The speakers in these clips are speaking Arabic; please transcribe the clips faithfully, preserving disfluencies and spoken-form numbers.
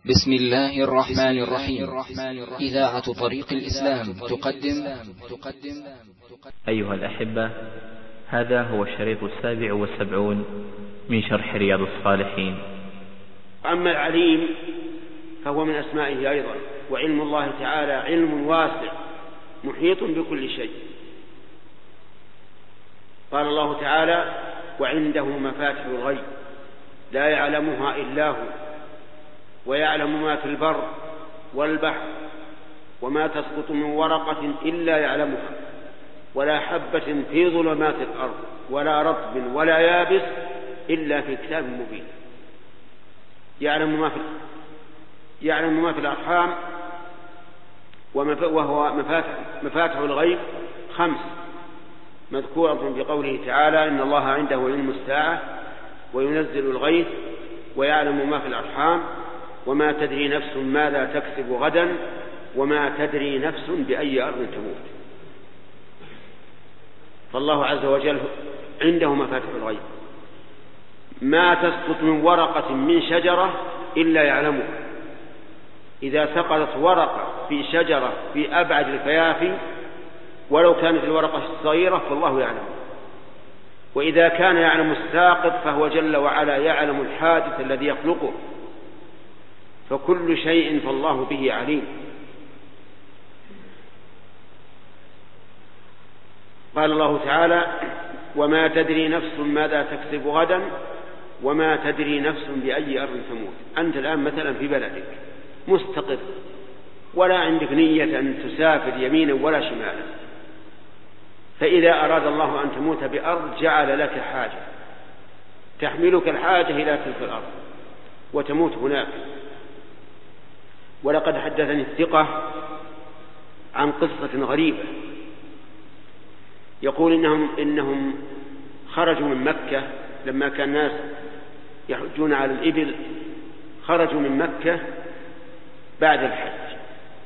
بسم الله الرحمن الرحيم. إذاعة طريق الإسلام تقدم أيها الأحبة، هذا هو الشريط السابع والسبعون من شرح رياض الصالحين. أما العليم فهو من أسمائه أيضا، وعلم الله تعالى علم واسع محيط بكل شيء. قال الله تعالى: وعنده مفاتح الغيب لا يعلمها إلا هو ويعلم ما في البر والبحر وما تسقط من ورقة إلا يعلمها ولا حبة في ظلمات الأرض ولا رطب ولا يابس إلا في كتاب مبين. يعلم ما في يعلم ما في الأرحام، وهو مفاتح, مفاتح الغيب خمس مذكورة بقوله تعالى: إن الله عنده علم الساعة وينزل الغيث ويعلم ما في الأرحام وما تدري نفس ماذا تكسب غدا وما تدري نفس بأي أرض تموت. فالله عز وجل عنده مفاتح الغيب، ما تسقط من ورقة من شجرة إلا يعلمها. إذا سقطت ورقة في شجرة في أبعد الفيافي ولو كانت الورقة صغيرة فالله يعلم، وإذا كان يعلم الساقط فهو جل وعلا يعلم الحادث الذي يخلقه، فكل شيء فالله به عليم. قال الله تعالى: وما تدري نفس ماذا تكسب غدا وما تدري نفس بأي أرض تموت. أنت الآن مثلا في بلدك مستقر ولا عندك نية أن تسافر يمينا ولا شمالا، فإذا أراد الله أن تموت بأرض جعل لك حاجة تحملك الحاجة إلى تلك الأرض وتموت هناك. ولقد حدثني الثقة عن قصة غريبة، يقول إنهم, إنهم خرجوا من مكة لما كان الناس يحجون على الإبل، خرجوا من مكة بعد الحج،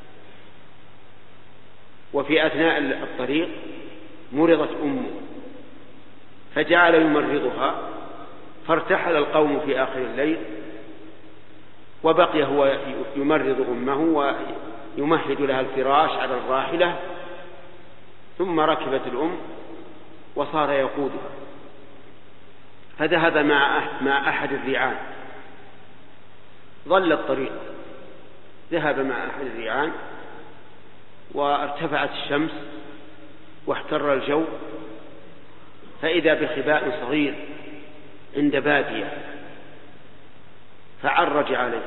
وفي أثناء الطريق مرضت أمه فجعل يمرضها، فارتحل القوم في آخر الليل وبقي هو يمرض أمه ويمهد لها الفراش على الراحلة، ثم ركبت الأم وصار يقودها، فذهب مع أحد الريعان، ظل الطريق، ذهب مع أحد الريعان وارتفعت الشمس واحتر الجو، فإذا بخباء صغير عند بادية فعرج عليه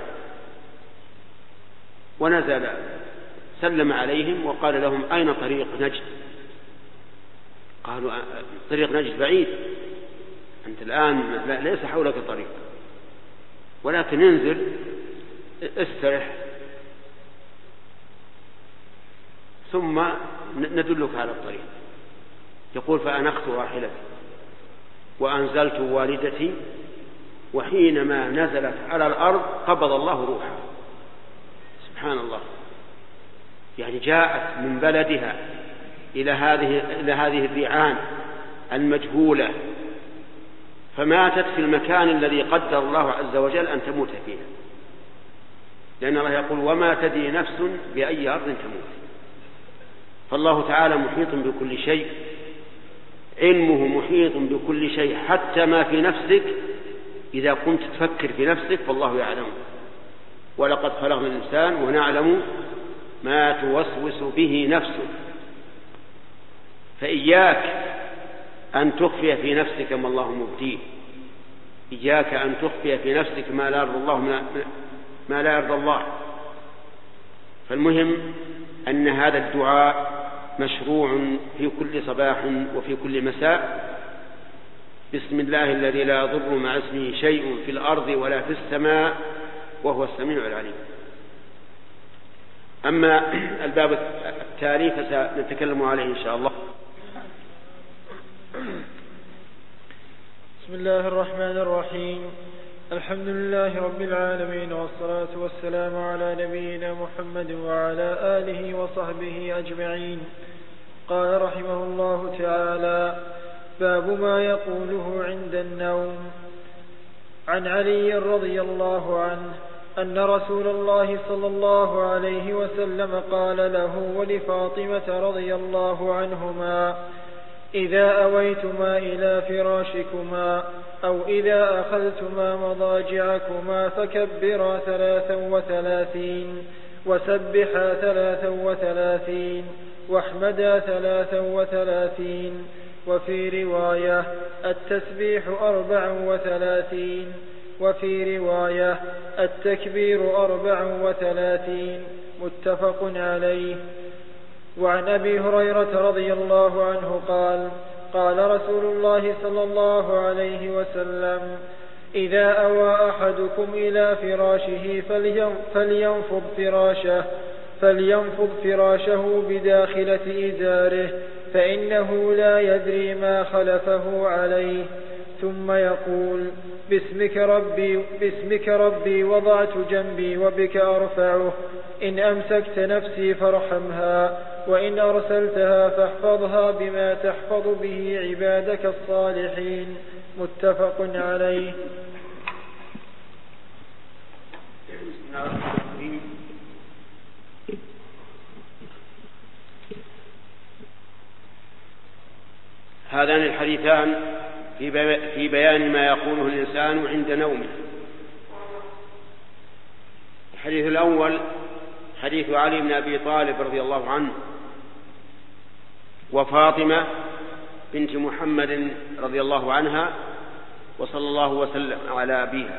ونزل سلم عليهم وقال لهم: أين طريق نجد؟ قالوا: طريق نجد بعيد، أنت الآن ليس حولك طريق، ولكن انزل استرح ثم ندلك على الطريق. يقول: فأنخت راحلتي وأنزلت والدتي، وحينما نزلت على الأرض قبض الله روحها. سبحان الله، يعني جاءت من بلدها إلى هذه إلى هذه الريعان المجهولة، فماتت في المكان الذي قدر الله عز وجل أن تموت فيه، لأن الله يقول: وما تدري نفس بأي أرض تموت. فالله تعالى محيط بكل شيء، علمه محيط بكل شيء، حتى ما في نفسك إذا كنت تفكر في نفسك فالله يعلم. ولقد خلقنا الإنسان ونعلم ما توسوس به نفسه، فإياك أن تخفي في نفسك ما الله مبديه، إياك أن تخفي في نفسك ما لا يرضى الله ما لا يرضى الله. فالمهم أن هذا الدعاء مشروع في كل صباح وفي كل مساء: بسم الله الذي لا يضر مع اسمه شيء في الأرض ولا في السماء وهو السميع العليم. أما الباب التالي فسنتكلم عليه إن شاء الله. بسم الله الرحمن الرحيم. الحمد لله رب العالمين، والصلاة والسلام على نبينا محمد وعلى آله وصحبه أجمعين. قال رحمه الله تعالى: باب ما يقوله عند النوم. عن علي رضي الله عنه أن رسول الله صلى الله عليه وسلم قال له ولفاطمة رضي الله عنهما: إذا أويتما إلى فراشكما أو إذا أخذتما مضاجعكما فكبرا ثلاثا وثلاثين وسبحا ثلاثا وثلاثين واحمدا ثلاثا وثلاثين. وفي رواية: التسبيح أربع وثلاثين. وفي رواية: التكبير أربع وثلاثين. متفق عليه. وعن أبي هريرة رضي الله عنه قال: قال رسول الله صلى الله عليه وسلم: إذا أوى أحدكم إلى فراشه فلينفض فراشه فلينفض فراشه بداخلة إزاره فإنه لا يدري ما خلفه عليه، ثم يقول: باسمك ربي, باسمك ربي وضعت جنبي وبك أرفعه، إن أمسكت نفسي فارحمها، وإن أرسلتها فاحفظها بما تحفظ به عبادك الصالحين. متفق عليه. هذان الحديثان في بيان ما يقوله الإنسان عند نومه. الحديث الأول حديث علي بن أبي طالب رضي الله عنه وفاطمة بنت محمد رضي الله عنها وصلى الله وسلم على أبيها.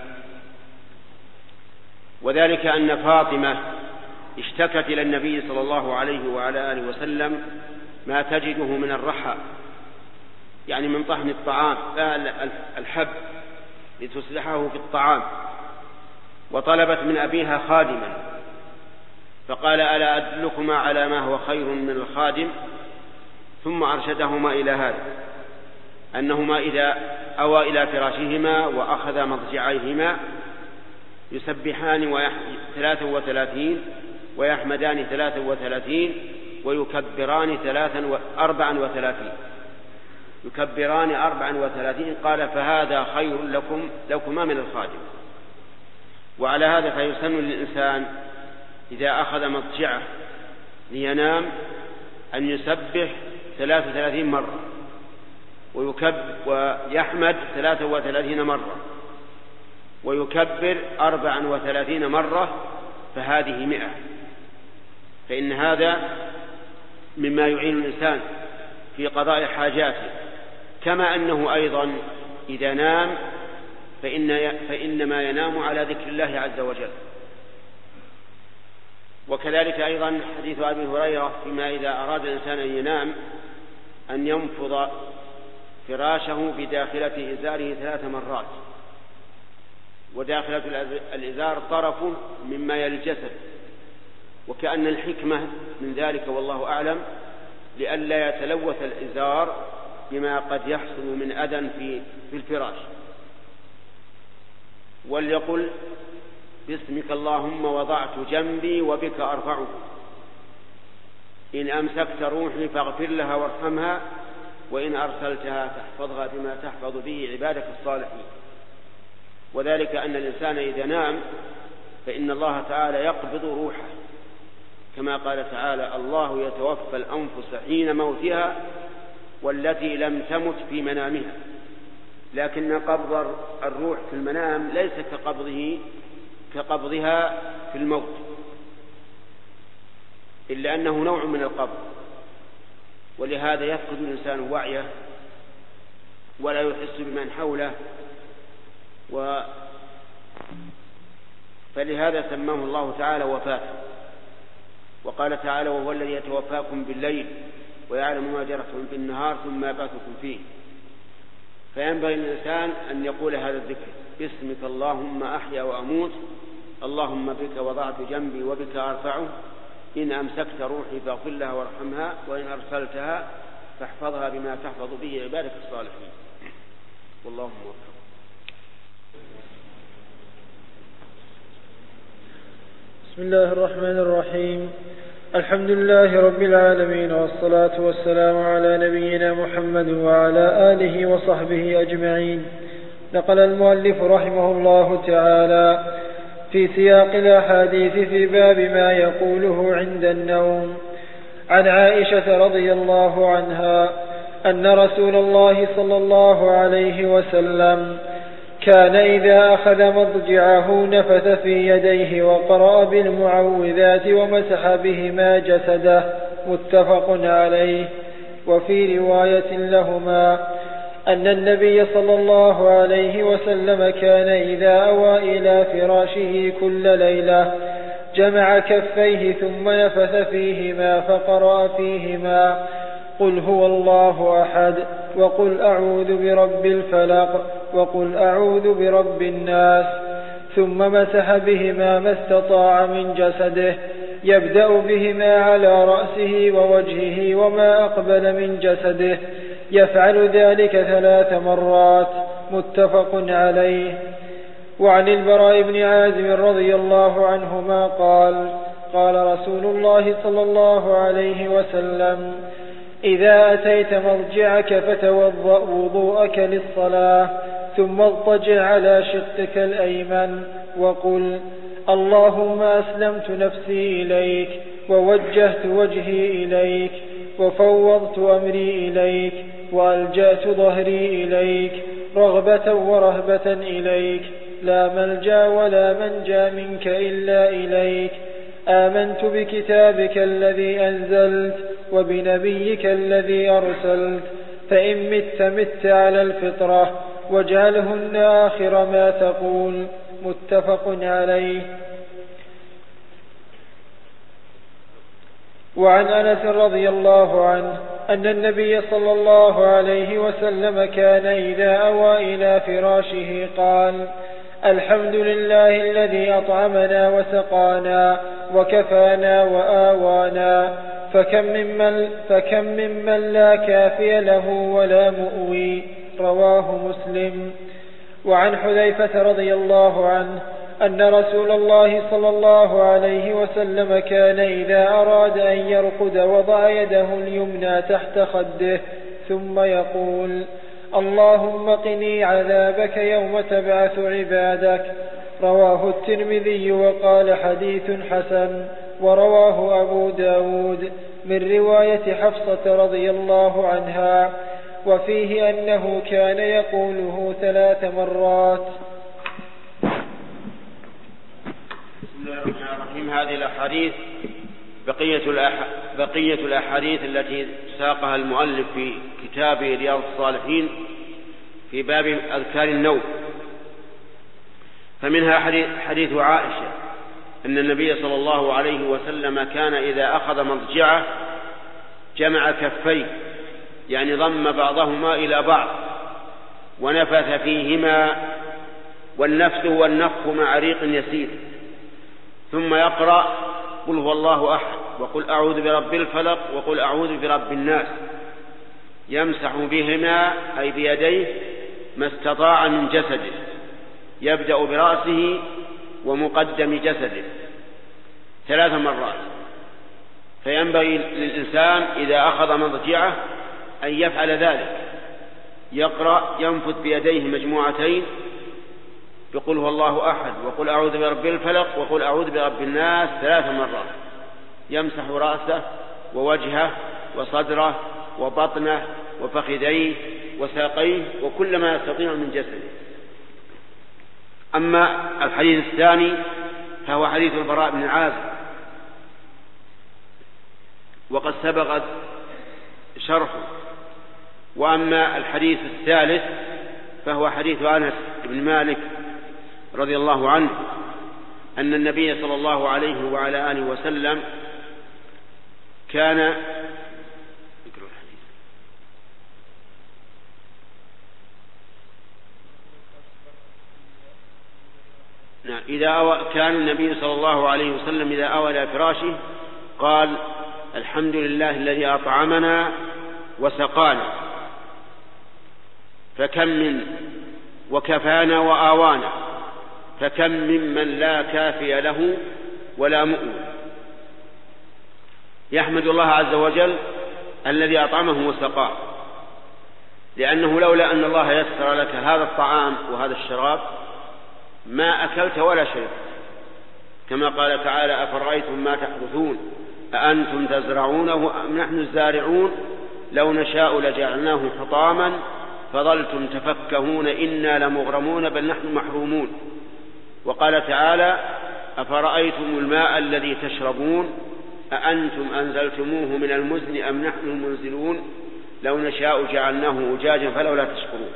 وذلك أن فاطمة اشتكت إلى النبي صلى الله عليه وعلى آله وسلم ما تجده من الرحى، يعني من طحن الطعام الحب لتصلحه في الطعام، وطلبت من أبيها خادما، فقال: ألا أدلكما على ما هو خير من الخادم؟ ثم أرشدهما إلى هذا، أنهما إذا أوى إلى فراشهما وأخذ مضجعيهما يسبحان ثلاثا وثلاثين ويحمدان ثلاثا وثلاثين ويكبران ثلاثا أربعا وثلاثين يكبران أربعا وثلاثين. قال: فهذا خير لكم لكما من الخادم. وعلى هذا فيسن للإنسان إذا أخذ مضجعه لينام أن يسبح ثلاث وثلاثين مرة ويكب ويحمد ثلاث وثلاثين مرة ويكبر أربعا وثلاثين مرة، فهذه مئة. فإن هذا مما يعين الإنسان في قضاء حاجاته، كما أنه أيضا إذا نام فإن فإنما ينام على ذكر الله عز وجل. وكذلك أيضا حديث أبي هريرة فيما إذا أراد الإنسان أن ينام أن ينفض فراشه بداخلة إزاره ثلاث مرات، وداخلة الإزار طرف مما يلي الجسد، وكأن الحكمة من ذلك والله أعلم لئلا يتلوث الإزار بما قد يحصل من أذى في في الفراش. وليقل: باسمك اللهم وضعت جنبي وبك أرفعه، إن أمسكت روحي فاغفر لها وارحمها، وإن أرسلتها فاحفظها بما تحفظ به عبادك الصالحين. وذلك أن الإنسان إذا نام فإن الله تعالى يقبض روحه، كما قال تعالى: الله يتوفى الأنفس حين موتها والتي لم تمت في منامها. لكن قبض الروح في المنام ليس كقبضه كقبضها في الموت، إلا أنه نوع من القبض، ولهذا يفقد الإنسان وعيه ولا يحس بمن حوله، و فلهذا سماه الله تعالى وفاة. وقال تعالى: وهو الذي يتوفاكم بالليل ويعلم ما جرحتم بالنهار ثم يبعثكم فيه. فينبغي للإنسان أن يقول هذا الذكر: باسمك اللهم أحيا وأموت، اللهم بك وضعت جنبي وبك أرفعه، إن أمسكت روحي فاغفر لها وارحمها، وإن أرسلتها فاحفظها بما تحفظ به عبادك الصالحين. والله موفق. بسم الله الرحمن الرحيم. الحمد لله رب العالمين، والصلاة والسلام على نبينا محمد وعلى آله وصحبه أجمعين. نقل المؤلف رحمه الله تعالى في سياق الأحاديث في باب ما يقوله عند النوم. عن عائشة رضي الله عنها أن رسول الله صلى الله عليه وسلم كان إذا أخذ مضجعه نفث في يديه وقرأ بالمعوذات ومسح بهما جسده، متفق عليه. وفي رواية لهما أن النبي صلى الله عليه وسلم كان إذا أوى إلى فراشه كل ليلة جمع كفيه ثم نفث فيهما فقرأ فيهما قل هو الله أحد وقل أعوذ برب الفلق وقل أعوذ برب الناس، ثم مسح بهما ما استطاع من جسده، يبدأ بهما على رأسه ووجهه وما أقبل من جسده، يفعل ذلك ثلاث مرات، متفق عليه. وعن البراء بن عازب رضي الله عنهما قال قال رسول الله صلى الله عليه وسلم إذا أتيت مرجعك فتوضأ وضوءك للصلاة ثم اضطجع على شقك الأيمن وقل اللهم أسلمت نفسي إليك ووجهت وجهي إليك وفوضت أمري إليك وألجأت ظهري إليك رغبة ورهبة إليك لا ملجأ ولا منجا منك إلا إليك، آمنت بكتابك الذي أنزلت وبنبيك الذي أرسلت، فإن مت مت على الفطرة واجعلهن آخر ما تقول، متفق عليه. وعن أنس رضي الله عنه أن النبي صلى الله عليه وسلم كان إذا أوى إلى فراشه قال الحمد لله الذي أطعمنا وسقانا وكفانا وآوانا، فكم ممن, فكم ممن لا كافي له ولا مؤوي، رواه مسلم. وعن حذيفة رضي الله عنه أن رسول الله صلى الله عليه وسلم كان إذا أراد أن يرقد وضع يده اليمنى تحت خده ثم يقول اللهم قني عذابك يوم تبعث عبادك، رواه الترمذي وقال حديث حسن. ورواه أبو داود من رواية حفصة رضي الله عنها، وفيه أنه كان يقوله ثلاث مرات. بسم الله الرحمن الرحيم. هذه الأحاديث بقية, الأح... بقية الأحاديث التي ساقها المؤلف في كتاب رياض الصالحين في باب أذكار النوم. فمنها حديث, حديث عائشة أن النبي صلى الله عليه وسلم كان إذا أخذ مضجعه جمع كفيه، يعني ضم بعضهما إلى بعض ونفث فيهما، والنفث هو النفخ مع ريق يسير، ثم يقرأ قل هو الله أحد وقل أعوذ برب الفلق وقل أعوذ برب الناس، يمسح بهما أي بيديه ما استطاع من جسده، يبدأ برأسه ومقدم جسده ثلاث مرات. فينبغي للإنسان إذا أخذ مضجعه أن يفعل ذلك، يقرأ ينفث بيديه مجموعتين يقول هو الله أحد وقل أعوذ برب الفلق وقل أعوذ برب الناس ثلاث مرات، يمسح رأسه ووجهه وصدره وبطنه وفخذيه وساقيه وكل ما يستطيع من جسده. أما الحديث الثاني فهو حديث البراء بن عازب، وقد سبقت شرحه. وأما الحديث الثالث فهو حديث أنس بن مالك رضي الله عنه أن النبي صلى الله عليه وعلى آله وسلم كان إذا أوى كان النبي صلى الله عليه وسلم إذا أوى إلى فراشه قال الحمد لله الذي أطعمنا وسقانا، فكم من وكفانا وآوانا، فكم ممن لا كافي له ولا مؤوي. يحمد الله عز وجل الذي أطعمه وسقاه، لأنه لولا أن الله يسر لك هذا الطعام وهذا الشراب ما أكلت ولا شربت، كما قال تعالى أفرأيتم ما تحرثون أأنتم تزرعونه أم نحن الزارعون لو نشاء لجعلناه حطاما فظلتم تفكهون إنا لمغرمون بل نحن محرومون. وقال تعالى أفرأيتم الماء الذي تشربون أأنتم أنزلتموه من المزن أم نحن المنزلون لو نشاء جعلناه أجاجا فلولا تشكرون.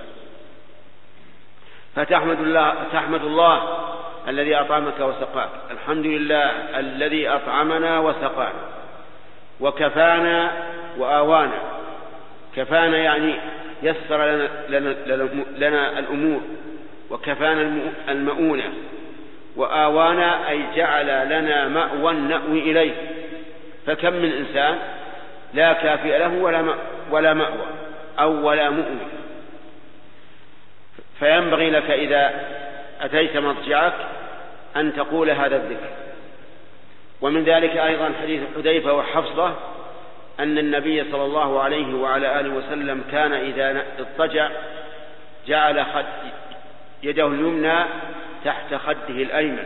فتحمد الله, تحمد الله الذي أطعمك وسقاك. الحمد لله الذي أطعمنا وسقانا وكفانا وآوانا. كفانا يعني يسر لنا, لنا, لنا الأمور، وكفانا المؤونة، وآوانا أي جعل لنا مأوى نأوي إليه. فكم من إنسان لا كافئ له ولا, ولا مأوى أو ولا مؤوي. فينبغي لك إذا أتيت مضجعك أن تقول هذا الذكر. ومن ذلك أيضا حديث حذيفة وحفصة أن النبي صلى الله عليه وعلى آله وسلم كان إذا اضطجع جعل خد يده اليمنى تحت خده الأيمن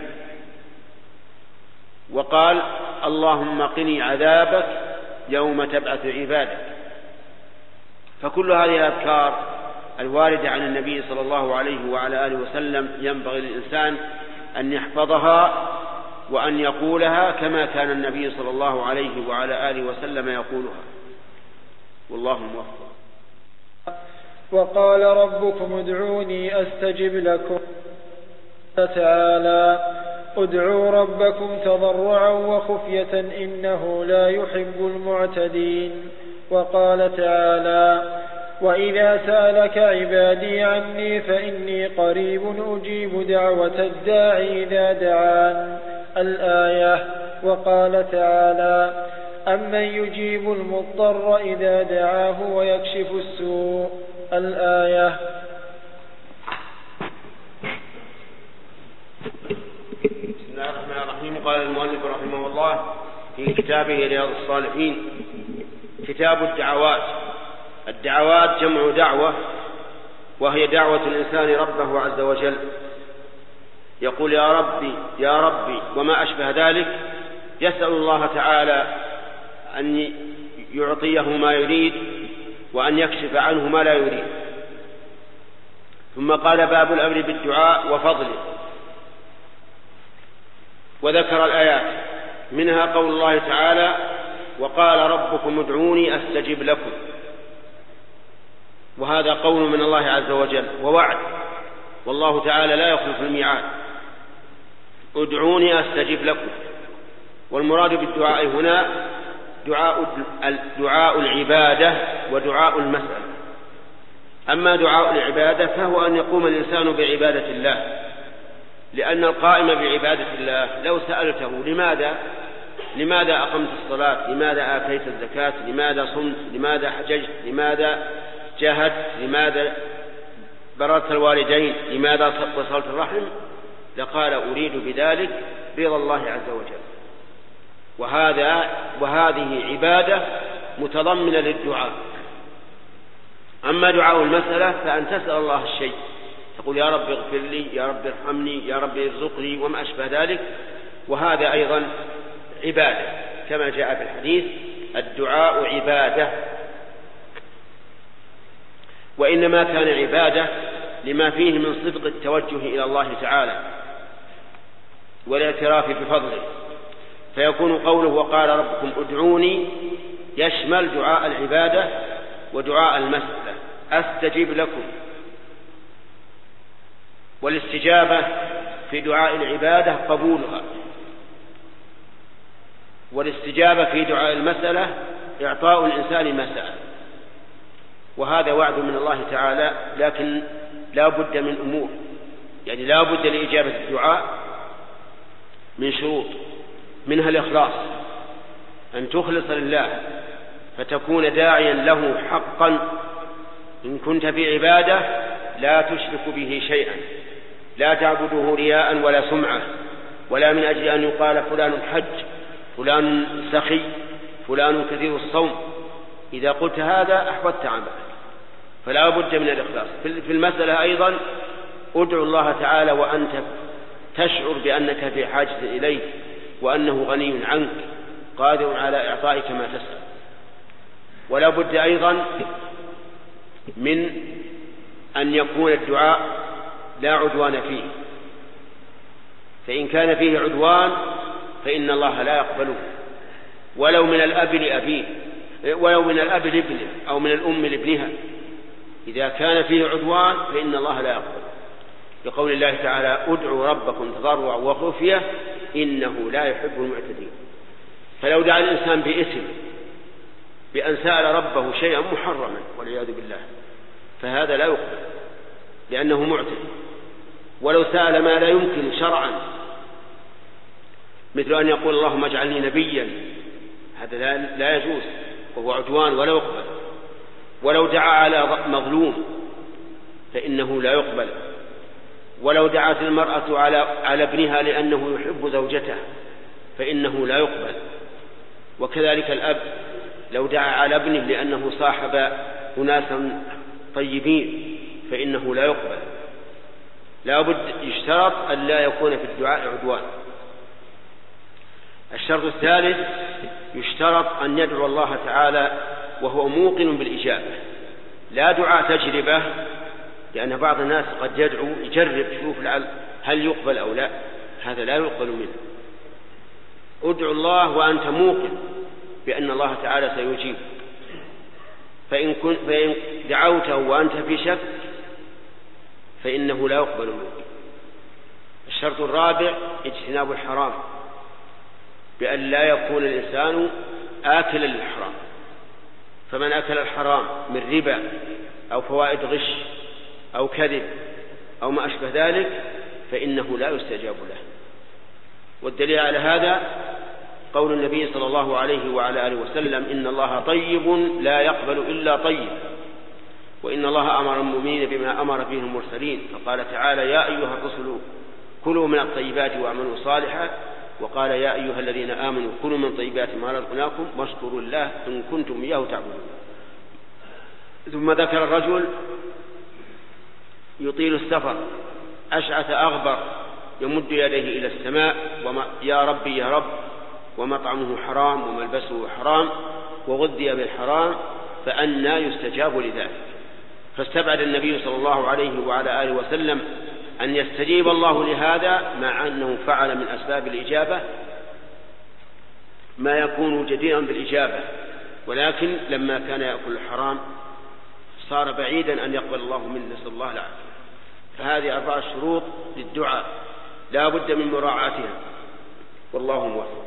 وقال اللهم قني عذابك يوم تبعث عبادك. فكل هذه الأذكار الواردة عن النبي صلى الله عليه وعلى آله وسلم ينبغي للإنسان أن يحفظها وأن يقولها كما كان النبي صلى الله عليه وعلى آله وسلم يقولها، والله موفق. وقال ربكم ادعوني أستجب لكم. تعالى ادعوا ربكم تضرعا وخفية إنه لا يحب المعتدين. وقال تعالى وإذا سألك عبادي عني فإني قريب أجيب دعوة الداعي إذا دعان. الآية. وقال تعالى أمن يجيب المضطر إذا دعاه ويكشف السوء. الآية. بسم الله الرحمن الرحيم. قال المؤلف رحمه الله في كتابه رياض الصالحين كتاب الدعوات. الدعوات جمع دعوة، وهي دعوة الإنسان ربه عز وجل، يقول يا ربي يا ربي وما أشبه ذلك، يسأل الله تعالى أن يعطيه ما يريد وأن يكشف عنه ما لا يريد. ثم قال باب الأمر بالدعاء وفضله، وذكر الآيات منها قول الله تعالى وقال ربكم ادعوني أستجب لكم، وهذا قول من الله عز وجل ووعد، والله تعالى لا يخلف الميعاد. ادعوني أستجب لكم. والمراد بالدعاء هنا دعاء, دعاء العبادة ودعاء المسألة. أما دعاء العبادة فهو أن يقوم الإنسان بعبادة الله، لأن القائم بعبادة الله لو سألته لماذا لماذا أقمت الصلاة، لماذا آتيت الزكاة، لماذا صمت، لماذا حججت، لماذا جاهدت، لماذا بررت الوالدين، لماذا وصلت الرحم، لقال أريد بذلك رضا الله عز وجل. وهذا وهذه عبادة متضمنة للدعاء. أما دعاء المسألة فأن تسأل الله الشيء، تقول يا رب اغفر لي، يا رب ارحمني، يا رب ارزقني وما أشبه ذلك، وهذا أيضا عبادة كما جاء في الحديث الدعاء عبادة. وإنما كان عبادة لما فيه من صدق التوجه إلى الله تعالى والاعتراف بفضله، فيكون قوله وقال ربكم ادعوني يشمل دعاء العبادة ودعاء المسألة. أستجيب لكم، والاستجابة في دعاء العبادة قبولها، والاستجابة في دعاء المسألة إعطاء الإنسان ما سأل. وهذا وعد من الله تعالى، لكن لا بد من أمور، يعني لا بد لإجابة الدعاء من شروط، منها الإخلاص، أن تخلص لله فتكون داعيا له حقا. إن كنت في عبادة لا تشرك به شيئا، لا تعبده رياء ولا سمعة، ولا من أجل أن يقال فلان حج، فلان سخي، فلان كثير الصوم. إذا قلت هذا أحبطت عملك، فلا بد من الإخلاص. في المسألة أيضا ادعو الله تعالى وأنت تشعر بأنك في حاجة إليه وأنه غني عنك قادر على إعطائك ما تسأل. ولا بد أيضا من أن يكون الدعاء لا عدوان فيه، فإن كان فيه عدوان فإن الله لا يقبله، ولو من الأب لأبيه، ولو من الأب لابنه أو من الأم لابنها، إذا كان فيه عدوان فإن الله لا يقبل، بقول الله تعالى ادعوا ربكم تضرعا وخفية إنه لا يحب المعتدين. فلو دعا الإنسان بإثم بأن سأل ربه شيئا محرما والعياذ بالله فهذا لا يقبل لأنه معتدي. ولو سأل ما لا يمكن شرعا مثل أن يقول اللهم اجعلني نبيا، هذا لا يجوز وهو عدوان ولا يقبل. ولو دعا على مظلوم فإنه لا يقبل. ولو دعت المرأة على على ابنها لأنه يحب زوجته فإنه لا يقبل. وكذلك الأب لو دعا على ابنه لأنه صاحب أناسا طيبين فإنه لا يقبل. لا بد يشترط أن لا يكون في الدعاء عدوان. الشرط الثالث يشترط أن يدعو الله تعالى وهو موقن بالإجابة، لا دعاء تجربة، لأن بعض الناس قد يدعو يجرب يشوف هل يقبل أو لا، هذا لا يقبل منه. ادعو الله وأنت موقن بأن الله تعالى سيجيب، فإن, كن فإن دعوته وأنت في شك فإنه لا يقبل منك. الشرط الرابع اجتناب الحرام، بأن لا يكون الإنسان آكلا للحرام، فمن أكل الحرام من ربا أو فوائد غش أو كذب أو ما أشبه ذلك فإنه لا يستجاب له. والدليل على هذا قول النبي صلى الله عليه وعلى آله وسلم إن الله طيب لا يقبل إلا طيب، وإن الله أمر المؤمنين بما أمر به المرسلين، فقال تعالى يا أيها الرسل كلوا من الطيبات واعملوا صالحا، وقال يا أيها الذين آمنوا كلوا من طيبات ما رزقناكم واشكروا الله إن كنتم إياه تعبدون. ثم ذكر الرجل يطيل السفر أشعث أغبر يمد يديه إلى السماء وما يا ربي يا رب، ومطعمه حرام وملبسه حرام وغذي بالحرام فأنى يستجاب لذلك. فاستبعد النبي صلى الله عليه وعلى آله وسلم أن يستجيب الله لهذا، مع أنه فعل من أسباب الإجابة ما يكون جديرا بالإجابة، ولكن لما كان يأكل الحرام صار بعيدا أن يقبل الله منه، نسأل الله العافية. فهذه أربعة شروط للدعاء لا بد من مراعاتها، والله موفق.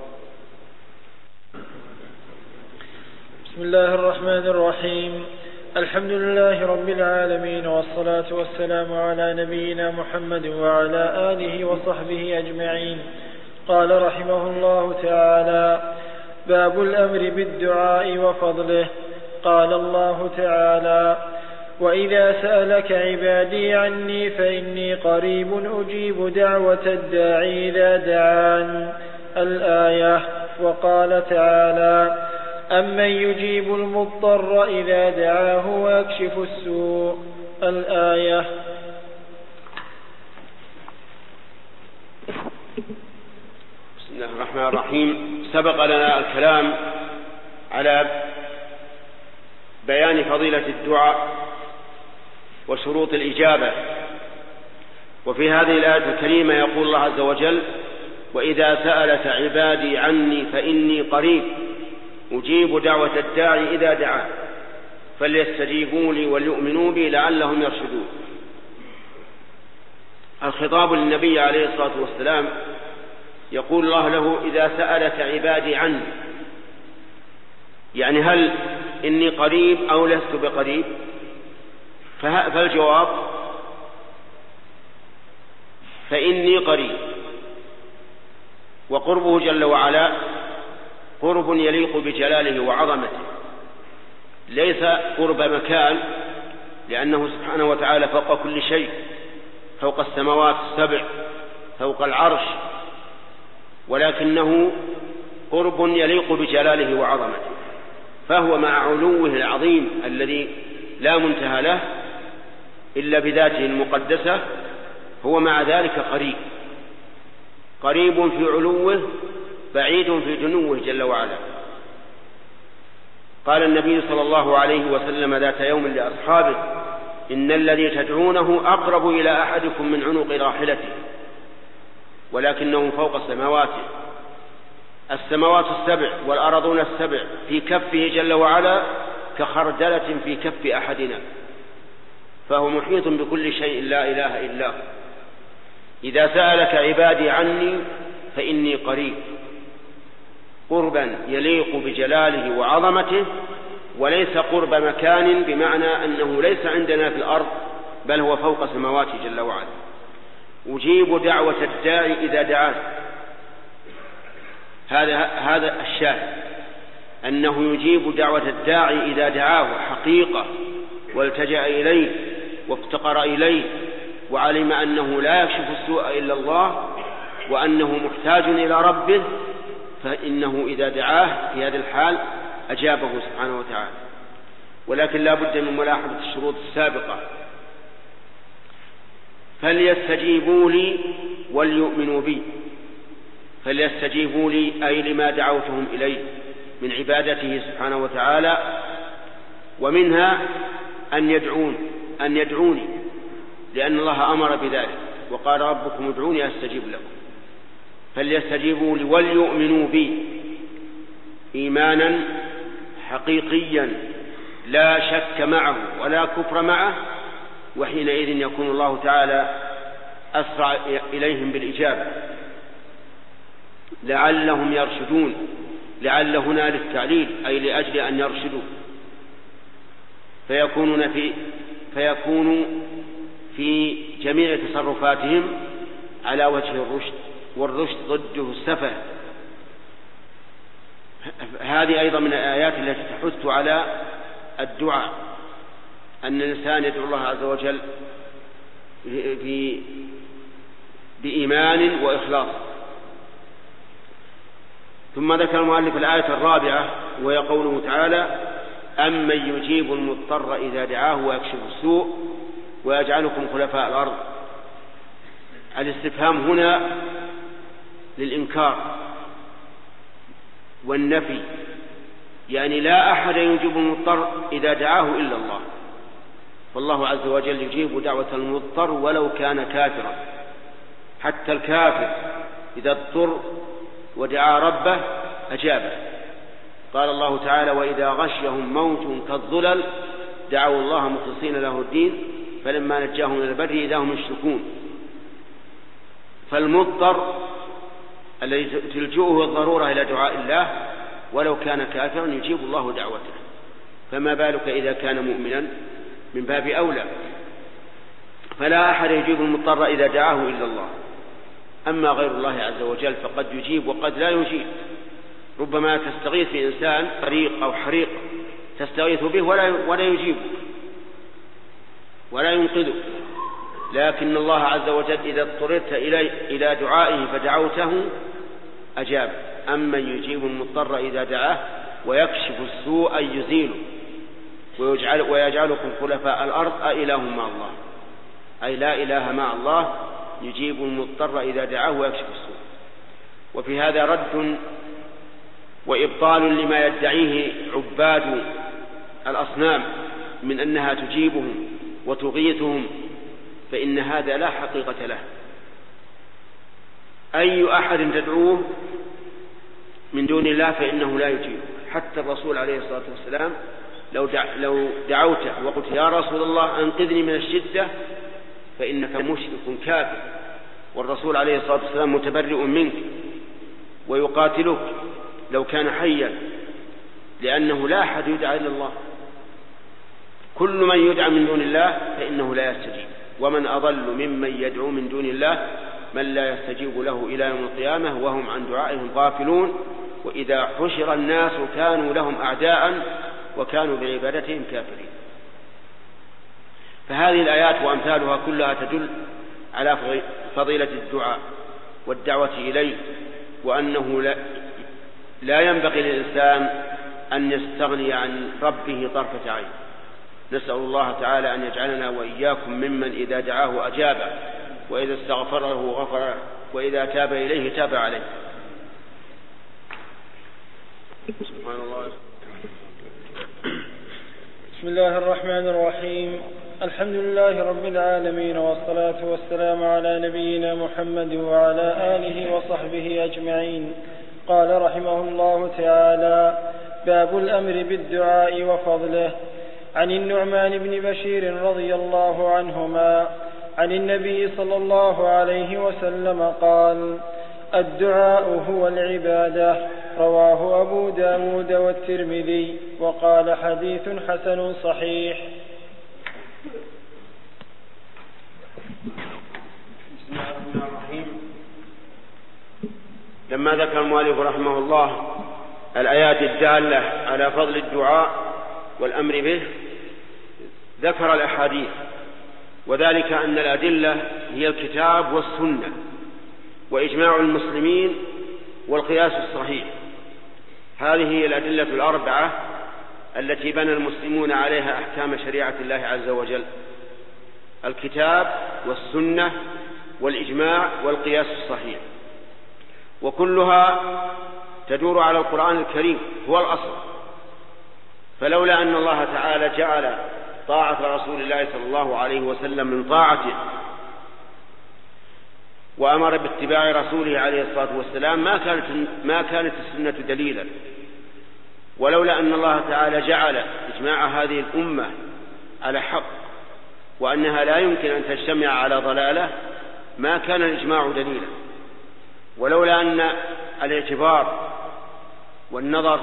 بسم الله الرحمن الرحيم. الحمد لله رب العالمين، والصلاة والسلام على نبينا محمد وعلى آله وصحبه أجمعين. قال رحمه الله تعالى: باب الأمر بالدعاء وفضله. قال الله تعالى: وإذا سألك عبادي عني فإني قريب أجيب دعوة الداعي إذا دعان. الآية. وقال تعالى: أمن يجيب المضطر إذا دعاه ويكشف السوء. الآية. بسم الله الرحمن الرحيم. سبق لنا الكلام على بيان فضيلة الدعاء وشروط الإجابة، وفي هذه الآية الكريمة يقول الله عز وجل: وإذا سألك عبادي عني فإني قريب أجيب دعوة الداعي إذا دعا فليستجيبوا لي وليؤمنوا بي لعلهم يرشدون. الخطاب للنبي عليه الصلاة والسلام، يقول الله له: إذا سألك عبادي عني، يعني هل إني قريب أو لست بقريب؟ فالجواب: فإني قريب. وقربه جل وعلا قرب يليق بجلاله وعظمته، ليس قرب مكان، لأنه سبحانه وتعالى فوق كل شيء، فوق السماوات السبع، فوق العرش، ولكنه قرب يليق بجلاله وعظمته، فهو مع علوه العظيم الذي لا منتهى له إلا بذاته المقدسة، هو مع ذلك قريب. قريب في علوه بعيد في دنوه جل وعلا. قال النبي صلى الله عليه وسلم ذات يوم لأصحابه: إن الذي تدعونه أقرب إلى أحدكم من عنق راحلته ولكنه فوق سماواته. السماوات السبع والأرضون السبع في كفه جل وعلا كخردلة في كف أحدنا، فهو محيط بكل شيء لا إله إلا هو. إذا سألك عبادي عني فإني قريب، قربا يليق بجلاله وعظمته، وليس قرب مكان بمعنى أنه ليس عندنا في الأرض، بل هو فوق سماواته جل وعلا. أجيب دعوة الداعي إذا دعاه. هذا هذا الشاهد، أنه يجيب دعوة الداعي إذا دعاه حقيقة، والتجأ إليه وافتقر إليه وعلم أنه لا يكشف السوء إلا الله، وأنه محتاج إلى ربه، فإنه إذا دعاه في هذه الحال أجابه سبحانه وتعالى. ولكن لا بد من ملاحظة الشروط السابقة: فليستجيبوا لي وليؤمنوا بي. فليستجيبوا لي أي لما دعوتهم إليه من عبادته سبحانه وتعالى، ومنها أن يدعون أن يدعوني، لأن الله أمر بذلك وقال: ربكم ادعوني أستجيب لكم. فليستجيبوا لي وليؤمنوا بي إيمانا حقيقيا لا شك معه ولا كفر معه، وحينئذ يكون الله تعالى أسرع إليهم بالإجابة لعلهم يرشدون. لعل هنا للتعليل أي لأجل أن يرشدوا، فيكونون في فيكونوا في جميع تصرفاتهم على وجه الرشد، والرشد ضده السفه. هذه أيضا من الآيات التي تحث على الدعاء، أن الإنسان يدعو الله عز وجل بإيمان وإخلاص. ثم ذكر المؤلف الآية الرابعة وهي قوله تعالى: أمن يجيب المضطر إذا دعاه ويكشف السوء ويجعلكم خلفاء الأرض. الاستفهام هنا للإنكار والنفي، يعني لا أحد يجيب المضطر إذا دعاه إلا الله، فالله عز وجل يجيب دعوة المضطر ولو كان كافرا. حتى الكافر إذا اضطر ودعا ربه أجابه. قال الله تعالى: وإذا غشيهم موج كالظلل دعوا الله مخلصين له الدين فلما نجاهم من البر إذا هم يشركون. فالمضطر الذي تلجؤه الضرورة إلى دعاء الله ولو كان كافرا يجيب الله دعوته، فما بالك إذا كان مؤمنا؟ من باب أولى. فلا أحد يجيب المضطر إذا دعاه إلا الله. أما غير الله عز وجل فقد يجيب وقد لا يجيب. ربما تستغيث في إنسان طريق أو حريق تستغيث به ولا ولا يجيب ولا ينقذه، لكن الله عز وجل إذا اضطررت إلى إلى دعائه فدعوته أجاب. أمن يجيب المضطر إذا دعاه ويكشف السوء يزيله ويجعل ويجعلكم خلفاء الأرض أإله مع الله، أي لا إله مع الله يجيب المضطر إذا دعاه ويكشف السوء. وفي هذا رد وإبطال لما يدعيه عباد الأصنام من أنها تجيبهم وتغيثهم، فإن هذا لا حقيقة له. أي أحد تدعوه من دون الله فإنه لا يجيب. حتى الرسول عليه الصلاة والسلام لو دع لو دعوته وقلت: يا رسول الله أنقذني من الشدة، فإنك مشرك كافر، والرسول عليه الصلاة والسلام متبرئ منك ويقاتلك لو كان حيا، لأنه لا أحد يدعى إلا الله. كل من يدعى من دون الله فإنه لا يستجيب، ومن أضل ممن يدعو من دون الله من لا يستجيب له إلى يوم القيامة وهم عن دعائهم غافلون، وإذا حشر الناس كانوا لهم أعداء وكانوا بعبادتهم كافرين. فهذه الآيات وأمثالها كلها تدل على فضيلة الدعاء والدعوة إليه، وأنه لا, لا ينبغي للإنسان أن يستغني عن ربه طرفة عين. نسأل الله تعالى أن يجعلنا وإياكم ممن إذا دعاه أجابه، وإذا استغفره غفر وإذا تاب إليه تاب عليه. سبحان الله. بسم الله الرحمن الرحيم. الحمد لله رب العالمين، والصلاة والسلام على نبينا محمد وعلى آله وصحبه أجمعين. قال رحمه الله تعالى: باب الأمر بالدعاء وفضله. عن النعمان بن بشير رضي الله عنهما عن النبي صلى الله عليه وسلم قال: الدعاء هو العبادة. رواه أبو داود والترمذي، وقال: حديث حسن صحيح. بسم الله الرحمن الرحيم. لما ذكر المؤلف رحمه الله الآيات الدالة على فضل الدعاء والأمر به، ذكر الأحاديث، وذلك أن الأدلة هي الكتاب والسنة وإجماع المسلمين والقياس الصحيح. هذه هي الأدلة الأربعة التي بنى المسلمون عليها أحكام شريعة الله عز وجل: الكتاب والسنة والإجماع والقياس الصحيح، وكلها تدور على القرآن الكريم، هو الأصل. فلولا أن الله تعالى جعل طاعة رسول الله صلى الله عليه وسلم من طاعته وأمر باتباع رسوله عليه الصلاة والسلام ما كانت, ما كانت السنة دليلا. ولولا أن الله تعالى جعل إجماع هذه الأمة على حق وأنها لا يمكن أن تجتمع على ضلالة ما كان الإجماع دليلا. ولولا أن الاعتبار والنظر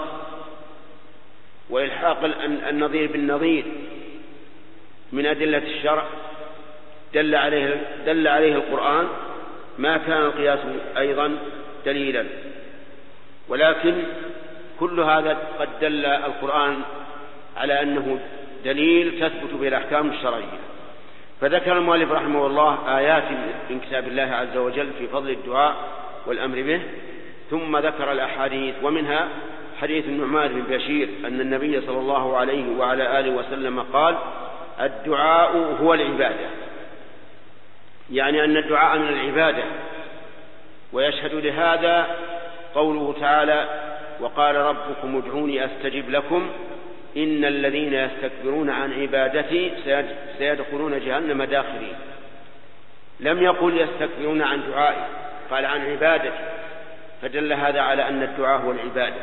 وإلحاق النظير بالنظير من أدلة الشرع دل عليه, دل عليه القرآن ما كان القياس أيضا دليلا. ولكن كل هذا قد دل القرآن على أنه دليل تثبت به الأحكام الشرعية. فذكر المؤلف رحمه الله آيات من كتاب الله عز وجل في فضل الدعاء والأمر به، ثم ذكر الأحاديث، ومنها حديث النعمان بن بشير أن النبي صلى الله عليه وعلى آله وسلم قال: الدعاء هو العبادة، يعني أن الدعاء من العبادة. ويشهد لهذا قوله تعالى: وقال ربكم ادعوني أستجب لكم إن الذين يستكبرون عن عبادتي سيدخلون جهنم داخرين. لم يقل يستكبرون عن دعائي، قال عن عبادتي، فدل هذا على أن الدعاء هو العبادة.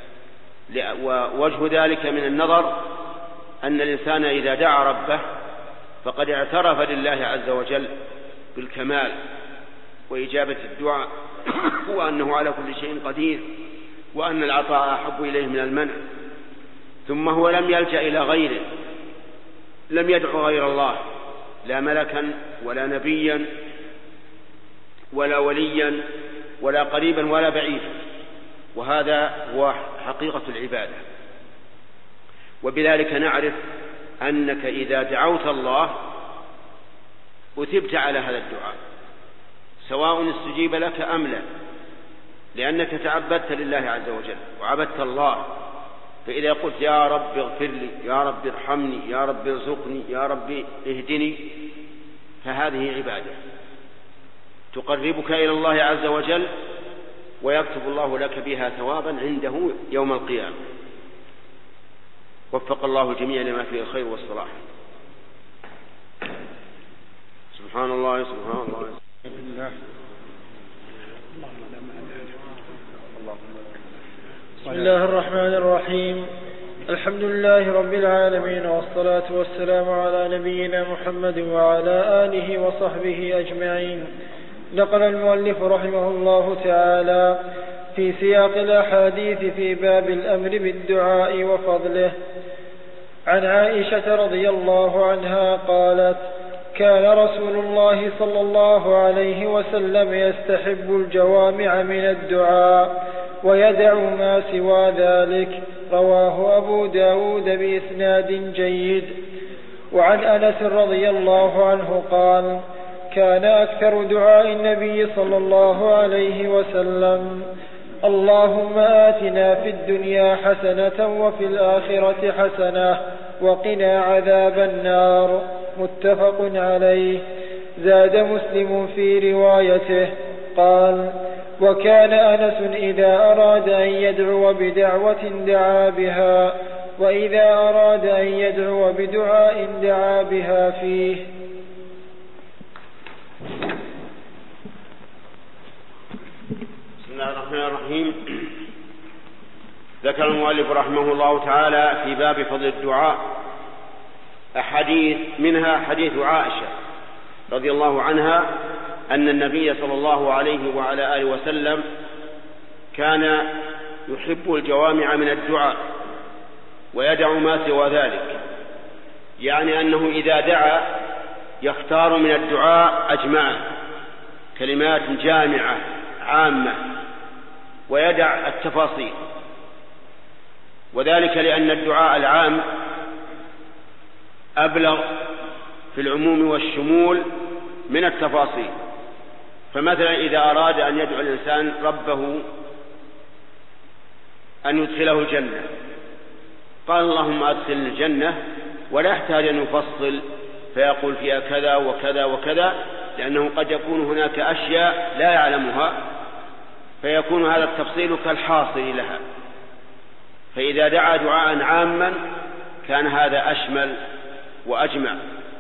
ووجه ذلك من النظر أن الإنسان إذا دعا ربه فقد اعترف لله عز وجل بالكمال وإجابة الدعاء، وأنه على كل شيء قدير، وأن العطاء أحب إليه من المنع. ثم هو لم يلجأ إلى غيره، لم يدعو غير الله، لا ملكا ولا نبيا ولا وليا ولا قريبا ولا بعيدا، وهذا هو حقيقة العبادة. وبذلك نعرف أنك إذا دعوت الله أثبت على هذا الدعاء، سواء استجيب لك أم لا، لأنك تعبدت لله عز وجل وعبدت الله. فإذا قلت يا رب اغفر لي، يا رب ارحمني، يا رب ارزقني، يا رب اهدني، فهذه عبادة تقربك إلى الله عز وجل، ويكتب الله لك بها ثوابا عنده يوم القيامة. وفق الله الجميع لما فيه الخير والصلاح. سبحان الله سبحان الله. بسم الله الرحمن الرحيم. الحمد لله رب العالمين، والصلاة والسلام على نبينا محمد وعلى آله وصحبه أجمعين. نقل المؤلف رحمه الله تعالى في سياق الأحاديث في باب الأمر بالدعاء وفضله عن عائشة رضي الله عنها قالت: كان رسول الله صلى الله عليه وسلم يستحب الجوامع من الدعاء ويدع ما سوى ذلك. رواه أبو داود بإسناد جيد. وعن أنس رضي الله عنه قال: كان أكثر دعاء النبي صلى الله عليه وسلم: اللهم آتنا في الدنيا حسنة وفي الآخرة حسنة وقنا عذاب النار. متفق عليه. زاد مسلم في روايته: قال: وكان أنس إذا أراد أن يدعو بدعوة دعا بها، وإذا أراد أن يدعو بدعاء دعا بها فيه. بسم الله الرحمن الرحيم. ذكر المؤلف رحمه الله تعالى في باب فضل الدعاء أحاديث، منها حديث عائشة رضي الله عنها أن النبي صلى الله عليه وعلى آله وسلم كان يحب الجوامع من الدعاء ويدع ما سوى ذلك، يعني أنه إذا دعا يختار من الدعاء أجمعه كلمات جامعة عامة ويدع التفاصيل، وذلك لأن الدعاء العام أبلغ في العموم والشمول من التفاصيل. فمثلا إذا أراد أن يدعو الإنسان ربه أن يدخله الجنة قال: اللهم أدخلني الجنة، ولا يحتاج أن يفصل فيقول فيها كذا وكذا وكذا، لأنه قد يكون هناك أشياء لا يعلمها فيكون هذا التفصيل كالحاصل لها. فإذا دعا دعاء عاما كان هذا أشمل وأجمع.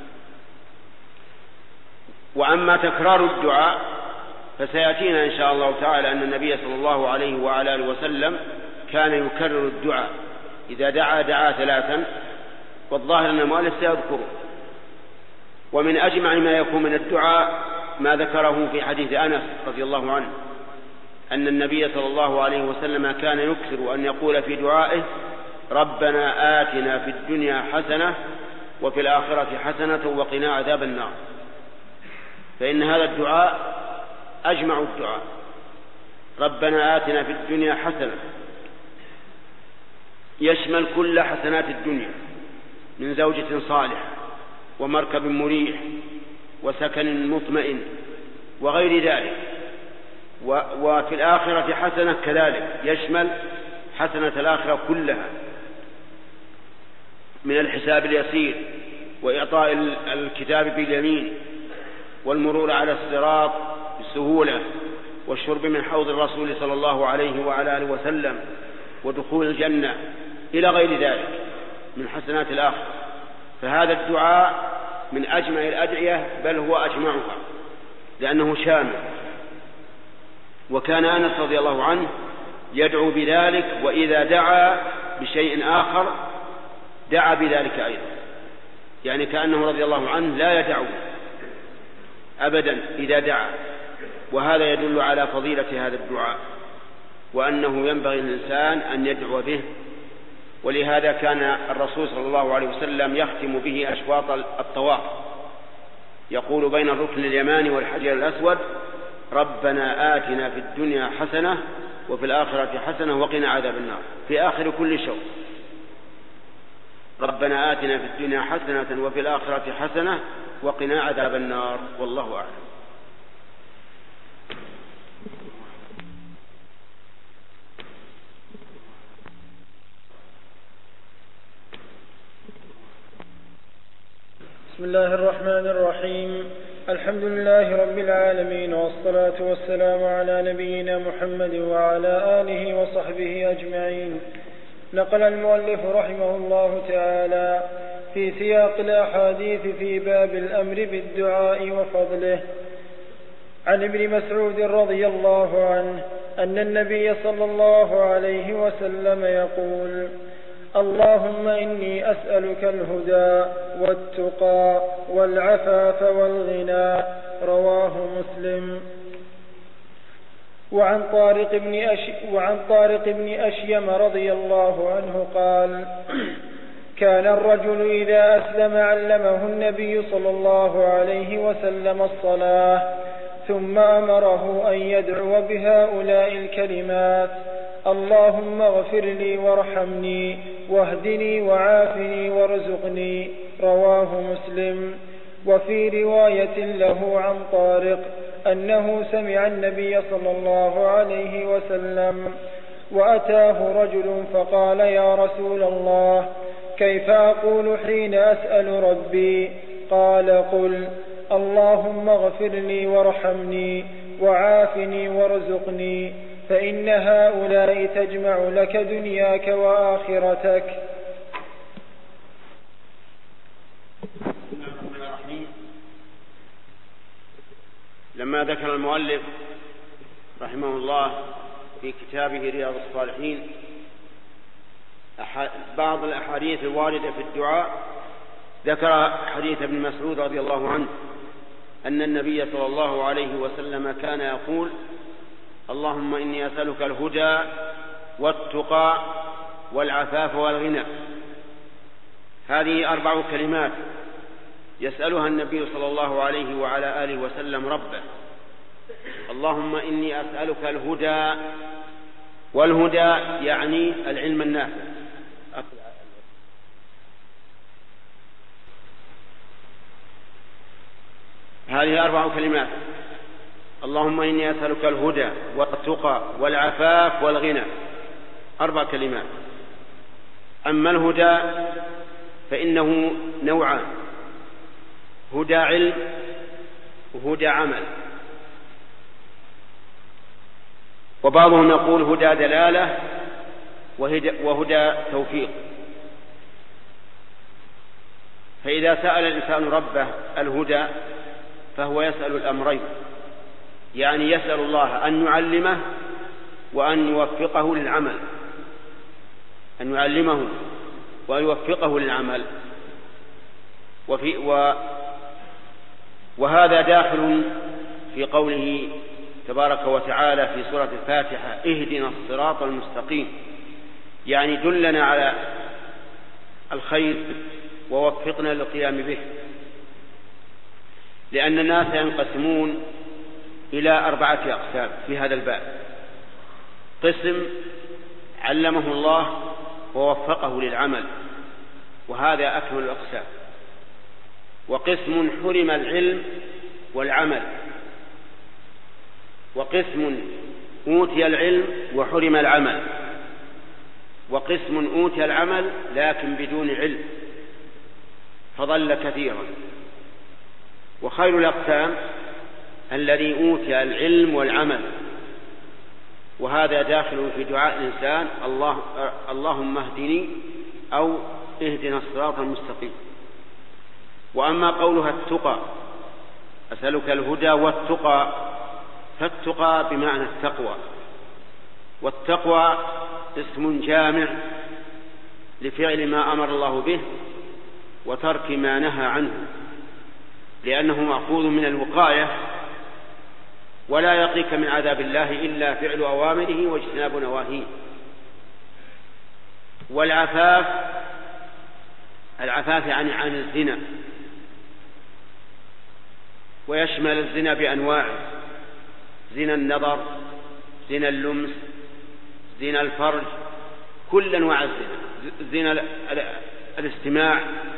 وأما تكرار الدعاء فسيأتينا إن شاء الله تعالى أن النبي صلى الله عليه وعلى آله وسلم كان يكرر الدعاء، إذا دعا دعا ثلاثا، والظاهر أن المؤلف سيذكره. ومن أجمع ما يكون من الدعاء ما ذكره في حديث أنس رضي الله عنه أن النبي صلى الله عليه وسلم كان يكثر أن يقول في دعائه: ربنا آتنا في الدنيا حسنة وفي الآخرة حسنة وقنا عذاب النار. فإن هذا الدعاء أجمع الدعاء. ربنا آتنا في الدنيا حسنة يشمل كل حسنات الدنيا من زوجة صالحة ومركب مريح وسكن مطمئن وغير ذلك، وفي الآخرة حسنة كذلك يشمل حسنة الآخرة كلها من الحساب اليسير وإعطاء الكتاب باليمين والمرور على الصراط بسهولة والشرب من حوض الرسول صلى الله عليه وعلى آله وسلم ودخول الجنة إلى غير ذلك من حسنات الآخرة. فهذا الدعاء من أجمع الأدعية، بل هو أجمعها لأنه شامل. وكان أنس رضي الله عنه يدعو بذلك، وإذا دعا بشيء آخر دعا بذلك أيضا، يعني كأنه رضي الله عنه لا يدعو أبدا إذا دعا. وهذا يدل على فضيلة هذا الدعاء وأنه ينبغي للإنسان أن يدعو به. ولهذا كان الرسول صلى الله عليه وسلم يختم به أشواط الطواف، يقول بين الركن اليماني والحجر الأسود: ربنا آتنا في الدنيا حسنة وفي الآخرة حسنة وقنا عذاب النار، في آخر كل شوط. ربنا آتنا في الدنيا حسنة وفي الآخرة حسنة وقنا عذاب النار. والله أعلم. بسم الله الرحمن الرحيم. الحمد لله رب العالمين، والصلاة والسلام على نبينا محمد وعلى آله وصحبه أجمعين. نقل المؤلف رحمه الله تعالى في سياق الأحاديث في باب الأمر بالدعاء وفضله عن ابن مسعود رضي الله عنه أن النبي صلى الله عليه وسلم يقول: اللهم إني أسألك الهدى والتقى والعفاف والغنى. رواه مسلم. وعن طارق بن أش... وعن طارق بن أشيم رضي الله عنه قال: كان الرجل إذا أسلم علمه النبي صلى الله عليه وسلم الصلاة، ثم أمره أن يدعو بهؤلاء الكلمات: اللهم اغفر لي وارحمني واهدني وعافني وارزقني. رواه مسلم. وفي رواية له عن طارق أنه سمع النبي صلى الله عليه وسلم وأتاه رجل فقال: يا رسول الله، كيف أقول حين أسأل ربي؟ قال: قل: اللهم اغفر لي وارحمني وعافني وارزقني، فإن هؤلاء تجمع لك دنياك وآخرتك. لما ذكر المؤلف رحمه الله في كتابه رياض الصالحين بعض الأحاديث الواردة في الدعاء، ذكر حديث ابن مسعود رضي الله عنه أن النبي صلى الله عليه وسلم كان يقول: اللهم إني أسألك الهدى والتقى والعفاف والغنى. هذه أربع كلمات يسألها النبي صلى الله عليه وعلى آله وسلم ربه. اللهم إني أسألك الهدى، والهدى يعني العلم النافع. هذه أربع كلمات: اللهم إني أسألك الهدى والتقى والعفاف والغنى، أربع كلمات. أما الهدى فإنه نوعان: هدى علم وهدى عمل. وبعضهم يقول هدى دلالة وهدى توفيق. فإذا سأل الإنسان ربه الهدى فهو يسأل الأمرين، يعني يسأل الله أن يعلمه وأن يوفقه للعمل، أن يعلمه وأن يوفقه للعمل. وفي و وهذا داخل في قوله تبارك وتعالى في سورة الفاتحة: اهدنا الصراط المستقيم، يعني دلنا على الخير ووفقنا للقيام به. لأن الناس ينقسمون إلى أربعة أقسام في هذا الباب: قسم علمه الله ووفقه للعمل، وهذا أكمل الأقسام. وقسم حرم العلم والعمل، وقسم أوتي العلم وحرم العمل، وقسم أوتي العمل لكن بدون علم فضل كثيرا. وخير الأقسام الذي أوتي العلم والعمل، وهذا داخل في دعاء الإنسان: الله اللهم اهدني أو اهدنا الصراط المستقيم. وأما قولها التقى: أسألك الهدى والتقى، فالتقى بمعنى التقوى، والتقوى اسم جامع لفعل ما أمر الله به وترك ما نهى عنه، لأنه مأخوذ من الوقاية، ولا يقيك من عذاب الله إلا فعل أوامره واجتناب نواهيه. والعفاف، العفاف يعني عن الزنا، ويشمل الزنا بأنواعه: زنا النظر، زنا اللمس، زنا الفرج، كل أنواع الزنا، زنا الاستماع.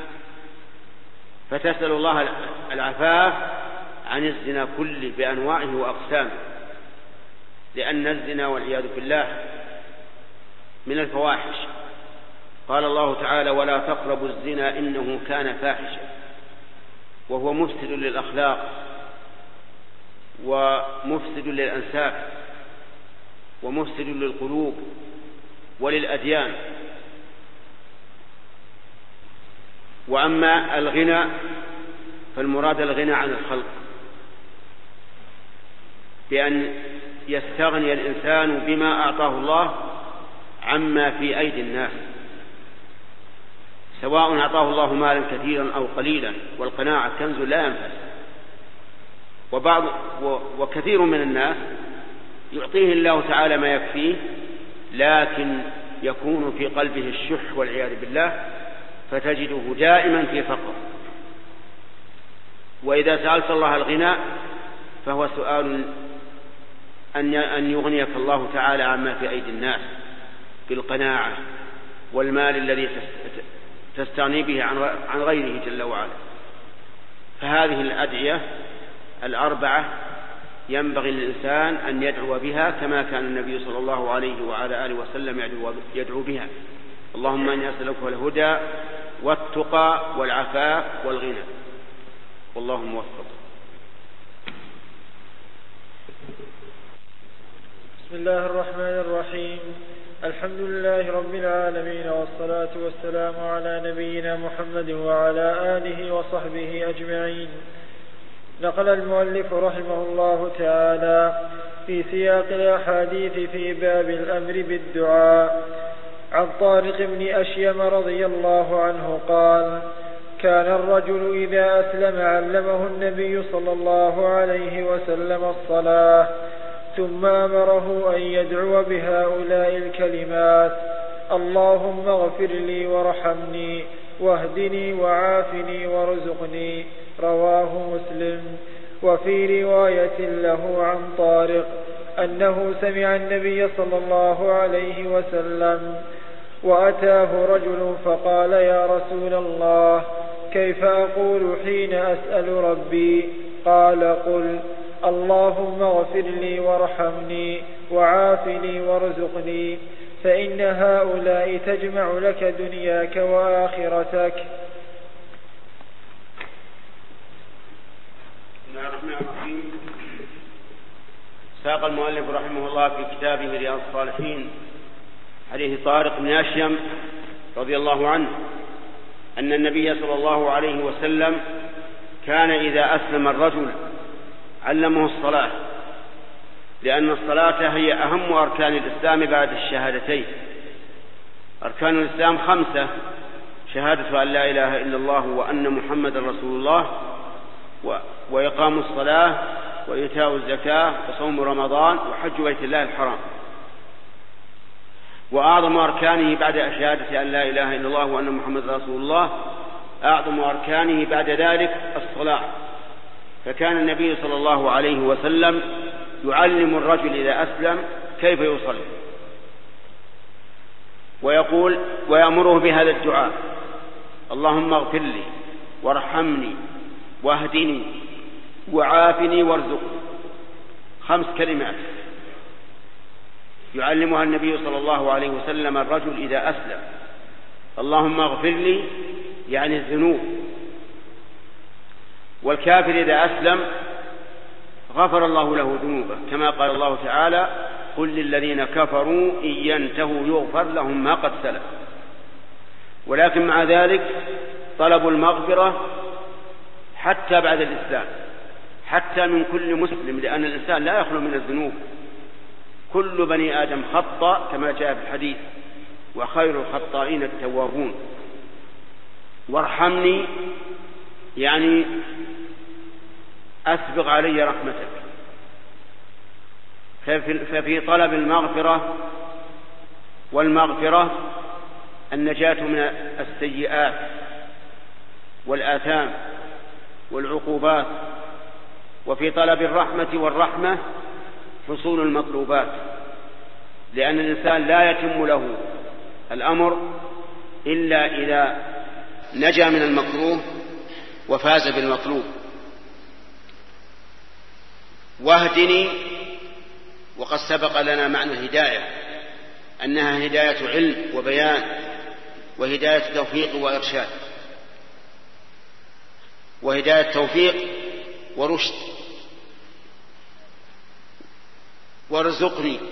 فتسأل الله العفاف عن الزنا كله بأنواعه وأقسامه، لأن الزنا والعياذ بالله من الفواحش. قال الله تعالى: ولا تقربوا الزنا إنه كان فاحشا، وهو مفسد للأخلاق ومفسد للأنساب ومفسد للقلوب وللأديان. وأما الغنى فالمراد الغنى عن الخلق، بأن يستغني الإنسان بما أعطاه الله عما في أيدي الناس، سواء أعطاه الله مالا كثيرا أو قليلا، والقناعة كنز لا ينفد. وبعض وكثير من الناس يعطيه الله تعالى ما يكفيه، لكن يكون في قلبه الشح والعياذ بالله، فتجده دائما في فقر. وإذا سألت الله الغنى فهو سؤال أن يغنيك الله تعالى عما في أيدي الناس بالقناعة والمال الذي تستغني به عن غيره جل وعلا. فهذه الأدعية الأربعة ينبغي للإنسان أن يدعو بها كما كان النبي صلى الله عليه وعلى آله وسلم يدعو بها: اللهم إني أسألك الهدى والتقى والعفاف والغنى. والله موفق. بسم الله الرحمن الرحيم. الحمد لله رب العالمين، والصلاة والسلام على نبينا محمد وعلى آله وصحبه أجمعين. نقل المؤلف رحمه الله تعالى في سياق الأحاديث في باب الأمر بالدعاء عن طارق بن أشيم رضي الله عنه قال: كان الرجل إذا أسلم علمه النبي صلى الله عليه وسلم الصلاة، ثم أمره أن يدعو بهؤلاء الكلمات: اللهم اغفر لي وارحمني واهدني وعافني وارزقني. رواه مسلم. وفي رواية له عن طارق أنه سمع النبي صلى الله عليه وسلم وأتاه رجل فقال: يا رسول الله، كيف أقول حين أسأل ربي؟ قال: قل: اللهم اغفر لي وارحمني وعافني وارزقني، فإن هؤلاء تجمع لك دنياك وآخرتك. بسم الله الرحمن الرحيم. ساق المؤلف رحمه الله في كتابه رياض الصالحين حديث طارق بن أشيم رضي الله عنه أن النبي صلى الله عليه وسلم كان إذا أسلم الرجل علمه الصلاة، لأن الصلاة هي أهم أركان الإسلام بعد الشهادتين. أركان الإسلام خمسة: شهادة أن لا إله إلا الله وأن محمد رسول الله، وإقام الصلاة، وإيتاء الزكاة، وصوم رمضان، وحج بيت الله الحرام. وأعظم أركانه بعد شهادة أن لا إله إلا الله وأن محمد رسول الله، أعظم أركانه بعد ذلك الصلاة. فكان النبي صلى الله عليه وسلم يعلم الرجل إذا أسلم كيف يصلي، ويقول ويأمره بهذا الدعاء: اللهم اغفر لي وارحمني واهدني وعافني وارزقني. خمس كلمات يعلمها النبي صلى الله عليه وسلم الرجل إذا أسلم. اللهم اغفر لي يعني الذنوب، والكافر إذا أسلم غفر الله له ذنوبه، كما قال الله تعالى: قل للذين كفروا إن ينتهوا يغفر لهم ما قد سلف. ولكن مع ذلك طلب المغفرة حتى بعد الإسلام، حتى من كل مسلم، لأن الإنسان لا يخلو من الذنوب. كل بني آدم خطأ كما جاء في الحديث، وخير الخطائين التوابون. وارحمني يعني أسبغ علي رحمتك. ففي طلب المغفرة والمغفرة النجاة من السيئات والآثام والعقوبات، وفي طلب الرحمة والرحمة حصول المطلوبات، لأن الإنسان لا يتم له الأمر إلا إذا نجا من المكروه وفاز بالمطلوب. واهدني، وقد سبق لنا معنى الهداية أنها هداية علم وبيان، وهداية توفيق وإرشاد، وهداية توفيق ورشد. وارزقني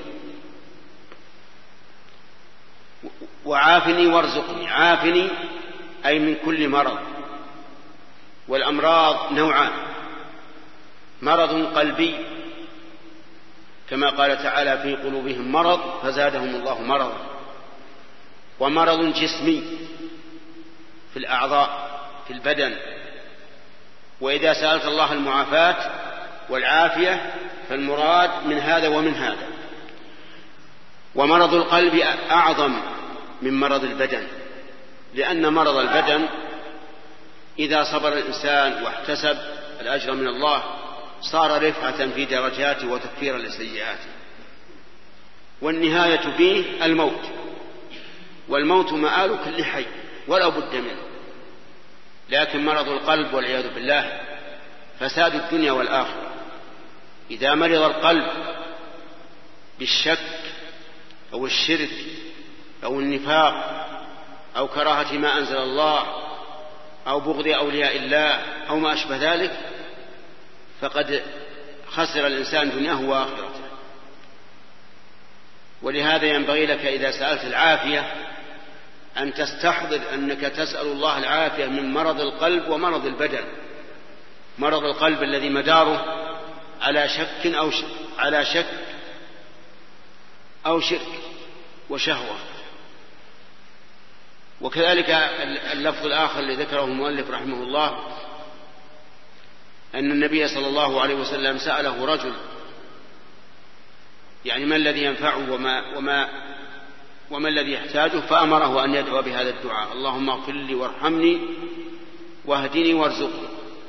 وعافني وارزقني. عافني أي من كل مرض، والأمراض نوعان: مرض قلبي كما قال تعالى: في قلوبهم مرض فزادهم الله مرضا، ومرض جسمي في الأعضاء في البدن. وإذا سألت الله المعافاة والعافية فالمراد من هذا ومن هذا. ومرض القلب أعظم من مرض البدن، لأن مرض البدن إذا صبر الإنسان واحتسب الأجر من الله صار رفعة في درجاته وتكفيرا لسيئاته، والنهاية فيه الموت، والموت مآل كل حي ولا بد منه. لكن مرض القلب والعياذ بالله فساد الدنيا والآخرة. إذا مرض القلب بالشك أو الشرك أو النفاق أو كراهة ما أنزل الله أو بغض أولياء الله أو ما أشبه ذلك فقد خسر الإنسان دنياه وآخرته. ولهذا ينبغي لك إذا سألت العافية أن تستحضر أنك تسأل الله العافية من مرض القلب ومرض البدن. مرض القلب الذي مداره على شك أو ش... على شك أو شرك وشهوة. وكذلك اللفظ الآخر الذي ذكره المؤلف رحمه الله أن النبي صلى الله عليه وسلم سأله رجل يعني ما الذي ينفعه وما, وما, وما الذي يحتاجه، فأمره أن يدعو بهذا الدعاء: اللهم اغفر لي وارحمني واهدني وارزقني.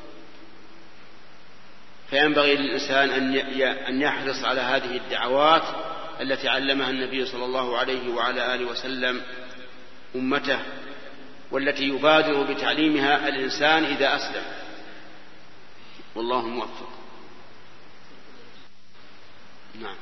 فينبغي للإنسان أن يحرص على هذه الدعوات التي علمها النبي صلى الله عليه وعلى آله وسلم أمته، والتي يبادر بتعليمها الإنسان إذا أسلم. والله موفق. نعم.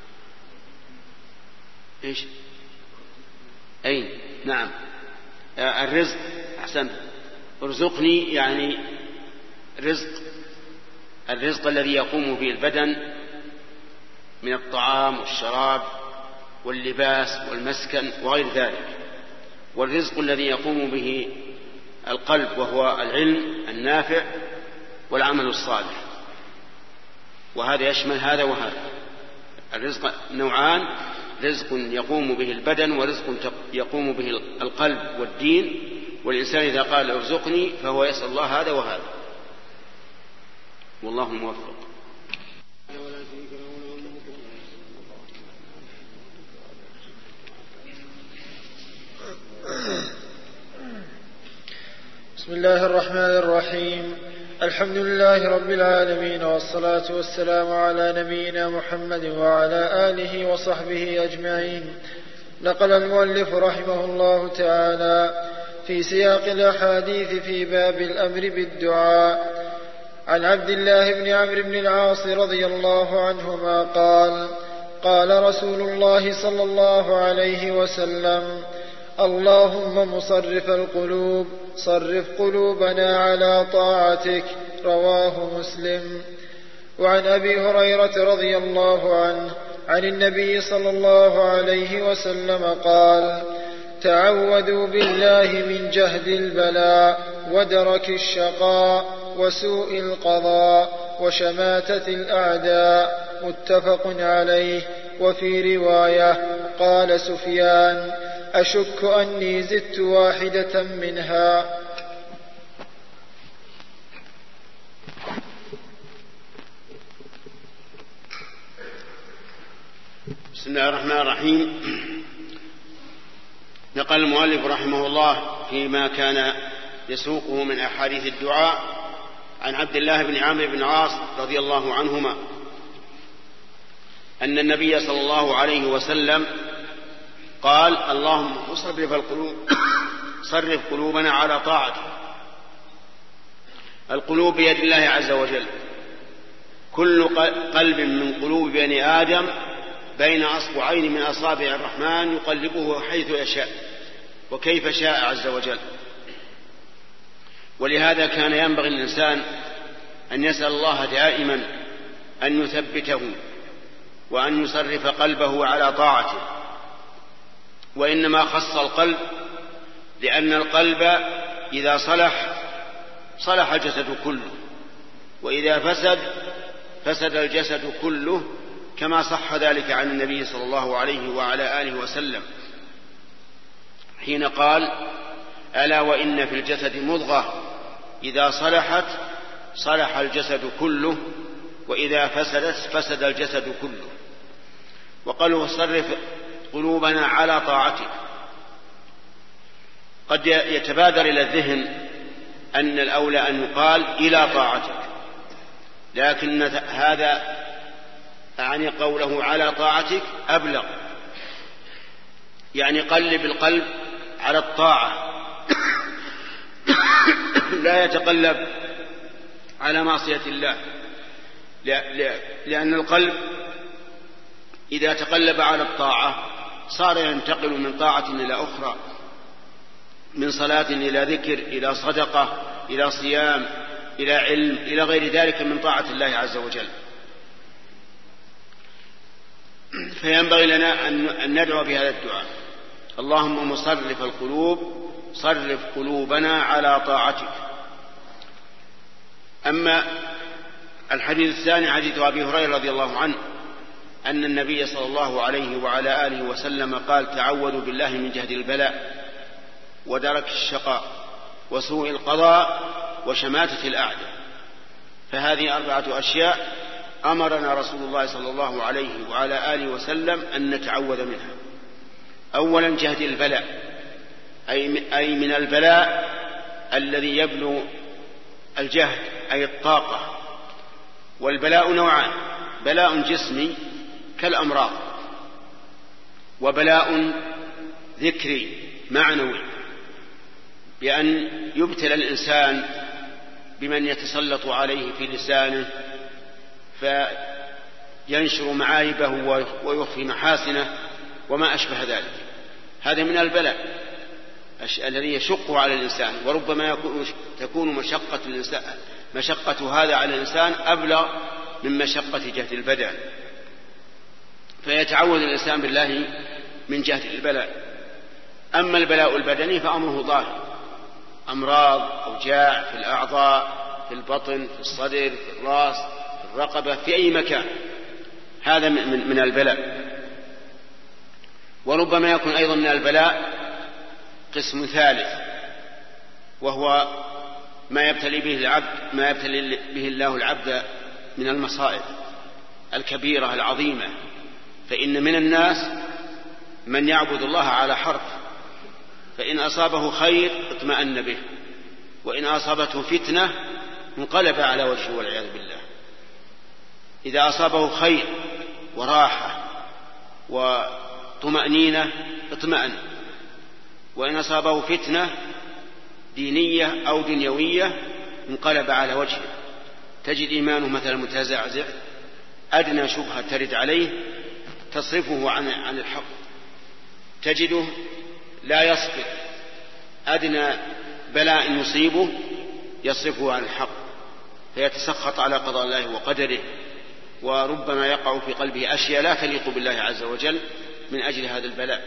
إيش؟ أين؟ نعم. الرزق. أحسنت. ارزقني يعني رزق، الرزق الذي يقوم به البدن من الطعام والشراب واللباس والمسكن وغير ذلك، والرزق الذي يقوم به القلب وهو العلم النافع والعمل الصالح. وهذا يشمل هذا وهذا. الرزق نوعان: رزق يقوم به البدن ورزق يقوم به القلب والدين. والإنسان إذا قال ارزقني فهو يسأل الله هذا وهذا. والله موفق. بسم الله الرحمن الرحيم. الحمد لله رب العالمين، والصلاة والسلام على نبينا محمد وعلى آله وصحبه أجمعين. نقل المؤلف رحمه الله تعالى في سياق الأحاديث في باب الأمر بالدعاء عن عبد الله بن عمرو بن العاص رضي الله عنهما قال: قال رسول الله صلى الله عليه وسلم: اللهم مصرف القلوب صرف قلوبنا على طاعتك. رواه مسلم. وعن أبي هريرة رضي الله عنه عن النبي صلى الله عليه وسلم قال: تعوذوا بالله من جهد البلاء ودرك الشقاء وسوء القضاء وشماتة الأعداء. متفق عليه. وفي رواية قال سفيان: أشك أني زدت واحدة منها. بسم الله الرحمن الرحيم. نقل المؤلف رحمه الله فيما كان يسوقه من أحاديث الدعاء عن عبد الله بن عمرو بن العاص رضي الله عنهما أن النبي صلى الله عليه وسلم قال: اللهم صرف القلوب صرف قلوبنا على طاعتك. القلوب بيد الله عز وجل. كل قلب من قلوب بني آدم بين أصبعين من أصابع الرحمن يقلبه حيث يشاء وكيف شاء عز وجل. ولهذا كان ينبغي الإنسان أن يسأل الله دائما أن يثبته وأن يصرف قلبه على طاعته. وإنما خص القلب لأن القلب إذا صلح صلح الجسد كله، وإذا فسد فسد الجسد كله، كما صح ذلك عن النبي صلى الله عليه وعلى آله وسلم حين قال: ألا وإن في الجسد مضغة إذا صلحت صلح الجسد كله وإذا فسدت فسد الجسد كله. وقالوا: صرف قلوبنا على طاعتك. قد يتبادر إلى الذهن أن الأولى أن يقال إلى طاعتك، لكن هذا أعني قوله على طاعتك أبلغ، يعني قلب القلب على الطاعة لا يتقلب على معصية الله، لأن القلب إذا تقلب على الطاعة صار ينتقل من طاعة إلى أخرى، من صلاة إلى ذكر إلى صدقة إلى صيام إلى علم إلى غير ذلك من طاعة الله عز وجل. فينبغي لنا أن ندعو بهذا الدعاء: اللهم مصرف القلوب صرف قلوبنا على طاعتك. أما الحديث الثاني حديث أبي هريرة رضي الله عنه أن النبي صلى الله عليه وعلى آله وسلم قال: تعوذوا بالله من جهد البلاء ودرك الشقاء وسوء القضاء وشماتة الأعداء. فهذه أربعة أشياء أمرنا رسول الله صلى الله عليه وعلى آله وسلم أن نتعوذ منها. أولا جهد البلاء، أي من البلاء الذي يبلغ الجهد أي الطاقة. والبلاء نوعان: بلاء جسمي كالأمراض، وبلاء ذكري معنوي بأن يبتلى الإنسان بمن يتسلط عليه في لسانه فينشر معايبه ويخفي محاسنه وما أشبه ذلك. هذا من البلاء الذي يشق على الإنسان، وربما تكون مشقة, الإنسان مشقة هذا على الإنسان أبلغ من مشقة جهد البدن. فيتعوذ الإنسان بالله من جهد البلاء. أما البلاء البدني فأمره ظاهر: أمراض أوجاع في الأعضاء، في البطن، في الصدر، في الرأس، في الرقبة، في أي مكان، هذا من البلاء. وربما يكون أيضا من البلاء قسم ثالث، وهو ما يبتلي به العبد ما يبتلي به الله العبد من المصائب الكبيرة العظيمة. فإن من الناس من يعبد الله على حرف، فإن أصابه خير اطمأن به، وإن أصابته فتنة انقلب على وجهه والعياذ بالله. إذا أصابه خير وراحة وطمأنينة اطمأن، وإن أصابه فتنة دينية أو دنيوية انقلب على وجهه. تجد إيمانه مثلا متزعزع، أدنى شبهة ترد عليه تصرفه عن عن الحق، تجده لا يصبر، أدنى بلاء يصيبه يصرفه عن الحق، فيتسخط على قضاء الله وقدره، وربما يقع في قلبه أشياء لا تليق بالله عز وجل من أجل هذا البلاء.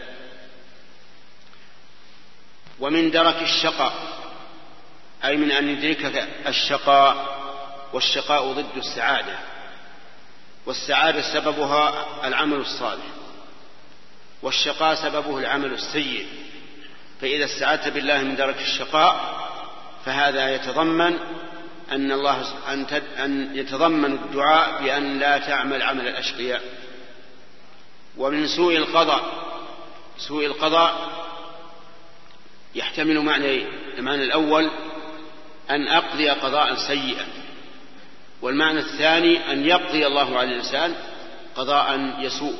ومن درك الشقاء، أي من أن يدركك الشقاء، والشقاء ضد السعادة، والسعادة سببها العمل الصالح، والشقاء سببه العمل السيء. فإذا استعذت بالله من درك الشقاء فهذا يتضمن أن الله أن يتضمن الدعاء بأن لا تعمل عمل الأشقياء. ومن سوء القضاء، سوء القضاء يحتمل معنى المعنى الأول أن أقضي قضاء سيئا، والمعنى الثاني أن يقضي الله على الإنسان قضاء يسوء.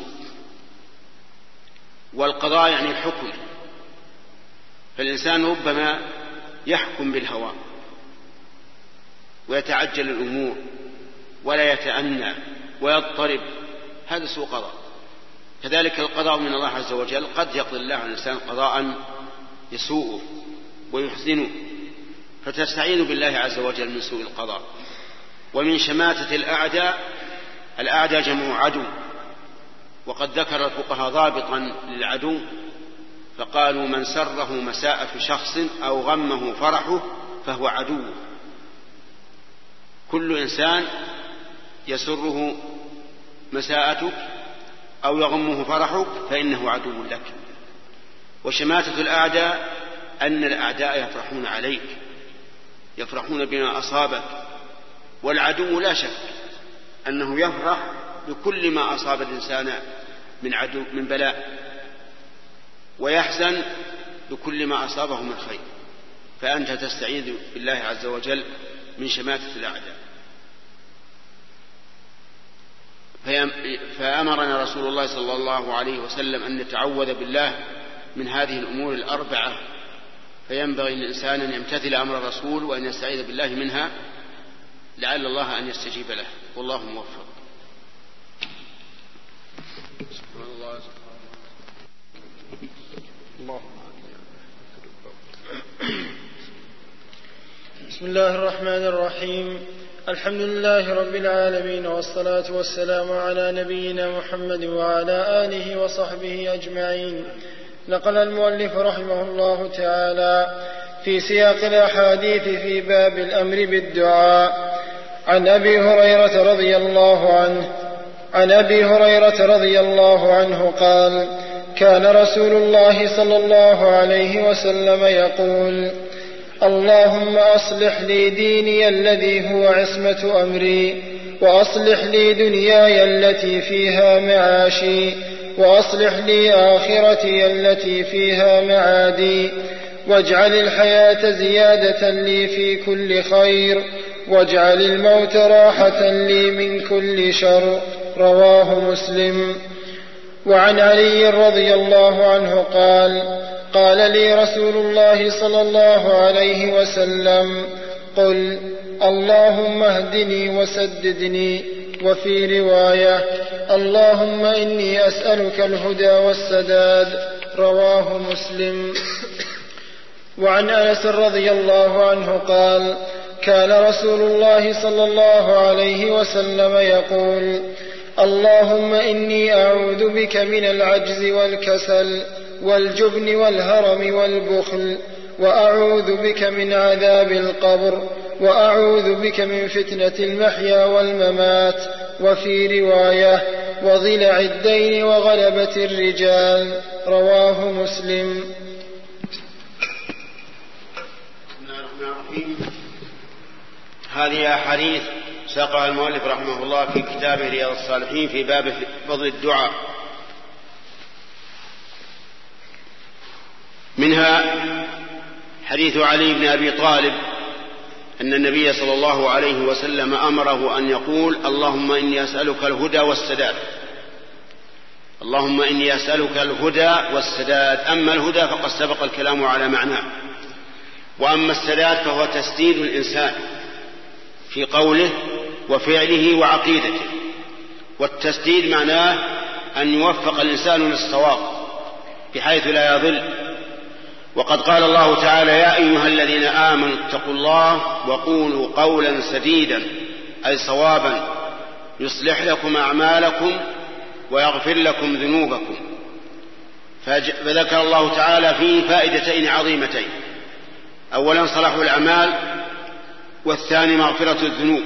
والقضاء يعني الحكم، فالإنسان ربما يحكم بالهوى ويتعجل الأمور ولا يتأنى ويضطرب، هذا سوء قضاء. كذلك القضاء من الله عز وجل، قد يقضي الله على الإنسان قضاء يسوءه ويحزنه، فتستعيذ بالله عز وجل من سوء القضاء. ومن شماتة الأعداء، الأعداء جمع عدو، وقد ذكر الفقهاء ضابطا للعدو فقالوا: من سره مساءة شخص أو غمه فرحه فهو عدو. كل إنسان يسره مساءتك أو يغمه فرحك فإنه عدو لك. وشماتة الأعداء أن الأعداء يفرحون عليك، يفرحون بما أصابك، والعدو لا شك أنه يفرح بكل ما أصاب الإنسان من عدو من بلاء، ويحزن بكل ما أصابه من خير. فأنت تستعيذ بالله عز وجل من شماتة الأعداء. فأمرنا رسول الله صلى الله عليه وسلم أن نتعوذ بالله من هذه الأمور الأربعة، فينبغي للإنسان أن يمتثل أمر الرسول وأن يستعيذ بالله منها لعل الله أن يستجيب له، والله موفق. بسم الله الرحمن الرحيم. الحمد لله رب العالمين، والصلاة والسلام على نبينا محمد وعلى آله وصحبه أجمعين. نقل المؤلف رحمه الله تعالى في سياق الأحاديث في باب الأمر بالدعاء عن أبي هريرة رضي الله عنه عن أبي هريرة رضي الله عنه قال: كان رسول الله صلى الله عليه وسلم يقول: اللهم أصلح لي ديني الذي هو عصمة أمري، وأصلح لي دنياي التي فيها معاشي، وأصلح لي آخرتي التي فيها معادي، واجعل الحياة زيادة لي في كل خير، واجعل الموت راحة لي من كل شر. رواه مسلم. وعن علي رضي الله عنه قال: قال لي رسول الله صلى الله عليه وسلم: قل اللهم اهدني وسددني. وفي رواية: اللهم إني أسألك الهدى والسداد. رواه مسلم. وعن أنس رضي الله عنه قال: كان رسول الله صلى الله عليه وسلم يقول: اللهم إني أعوذ بك من العجز والكسل والجبن والهرم والبخل، وأعوذ بك من عذاب القبر، وأعوذ بك من فتنة المحيا والممات. وفي رواية: وضلع الدين وغلبة الرجال. رواه مسلم. بسم الله الرحمن الرحيم. هذه أحاديث ساقها المؤلف رحمه الله في كتابه رياض الصالحين في باب فضل الدعاء. منها حديث علي بن أبي طالب أن النبي صلى الله عليه وسلم أمره أن يقول: اللهم إني أسألك الهدى والسداد. اللهم إني أسألك الهدى والسداد. أما الهدى فقد سبق الكلام على معناه، وأما السداد فهو تسديد الإنسان في قوله وفعله وعقيدته. والتسديد معناه أن يوفق الإنسان للصواب بحيث لا يضل. وقد قال الله تعالى: يا أيها الذين آمنوا اتقوا الله وقولوا قولا سديدا، أي صوابا، يصلح لكم أعمالكم ويغفر لكم ذنوبكم. فذكر الله تعالى فيه فائدتين عظيمتين: أولا صلاح الأعمال، والثاني مغفرة الذنوب.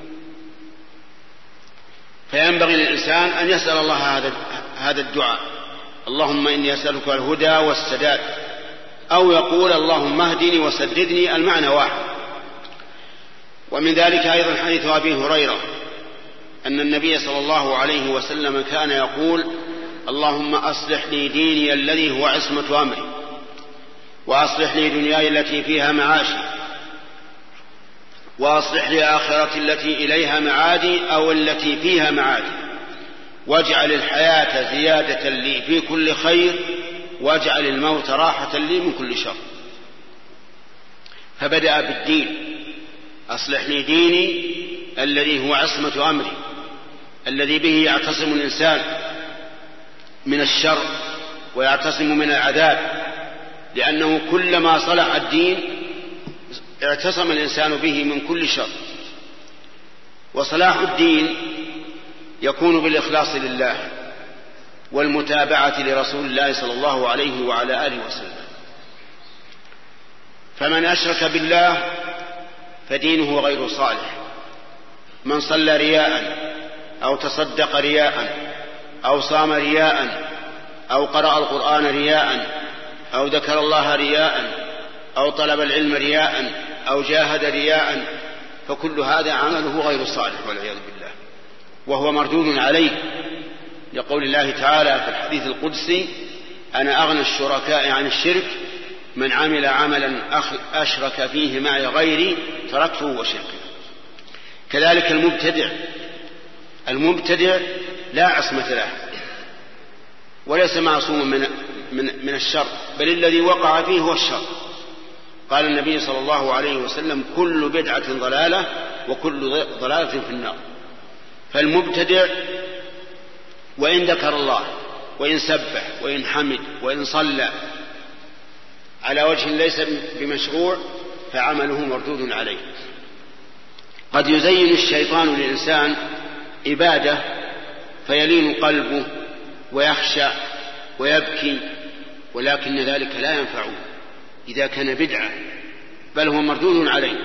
فينبغي للإنسان أن يسأل الله هذا الدعاء: اللهم إني أسألك الهدى والسداد، أو يقول: اللهم اهدني وسددني. المعنى واحد. ومن ذلك أيضا حديث أبي هريرة أن النبي صلى الله عليه وسلم كان يقول: اللهم أصلح لي ديني الذي هو عصمة أمري، وأصلح لي دنياي التي فيها معاشي، وأصلح لي آخرتي التي إليها معادي أو التي فيها معادي، واجعل الحياة زيادة لي في كل خير، واجعل الموت راحة لي من كل شر. فبدأ بالدين: أصلح لي ديني الذي هو عصمة أمري، الذي به يعتصم الإنسان من الشر ويعتصم من العذاب، لأنه كلما صلح الدين اعتصم الإنسان به من كل شر. وصلاح الدين يكون بالإخلاص لله والمتابعة لرسول الله صلى الله عليه وعلى آله وسلم. فمن أشرك بالله فدينه غير صالح. من صلى رياء أو تصدق رياء أو صام رياء أو قرأ القرآن رياء أو ذكر الله رياء أو طلب العلم رياء أو جاهد رياء، فكل هذا عمله غير صالح والعياذ بالله، وهو مردود عليه، لقول الله تعالى في الحديث القدسي: أنا أغنى الشركاء عن الشرك، من عمل عملا أشرك فيه معي غيري تركته وشركه. كذلك المبتدع المبتدع لا عصمة له وليس معصوما من, من, من الشر، بل الذي وقع فيه هو الشر. قال النبي صلى الله عليه وسلم: كل بدعة ضلالة وكل ضلالة في النار. فالمبتدع وإن ذكر الله وإن سبح وإن حمد وإن صلى على وجه ليس بمشروع فعمله مردود عليه. قد يزين الشيطان للإنسان عبادة فيلين قلبه ويخشى ويبكي، ولكن ذلك لا ينفعه إذا كان بدعة، بل هو مردود عليه.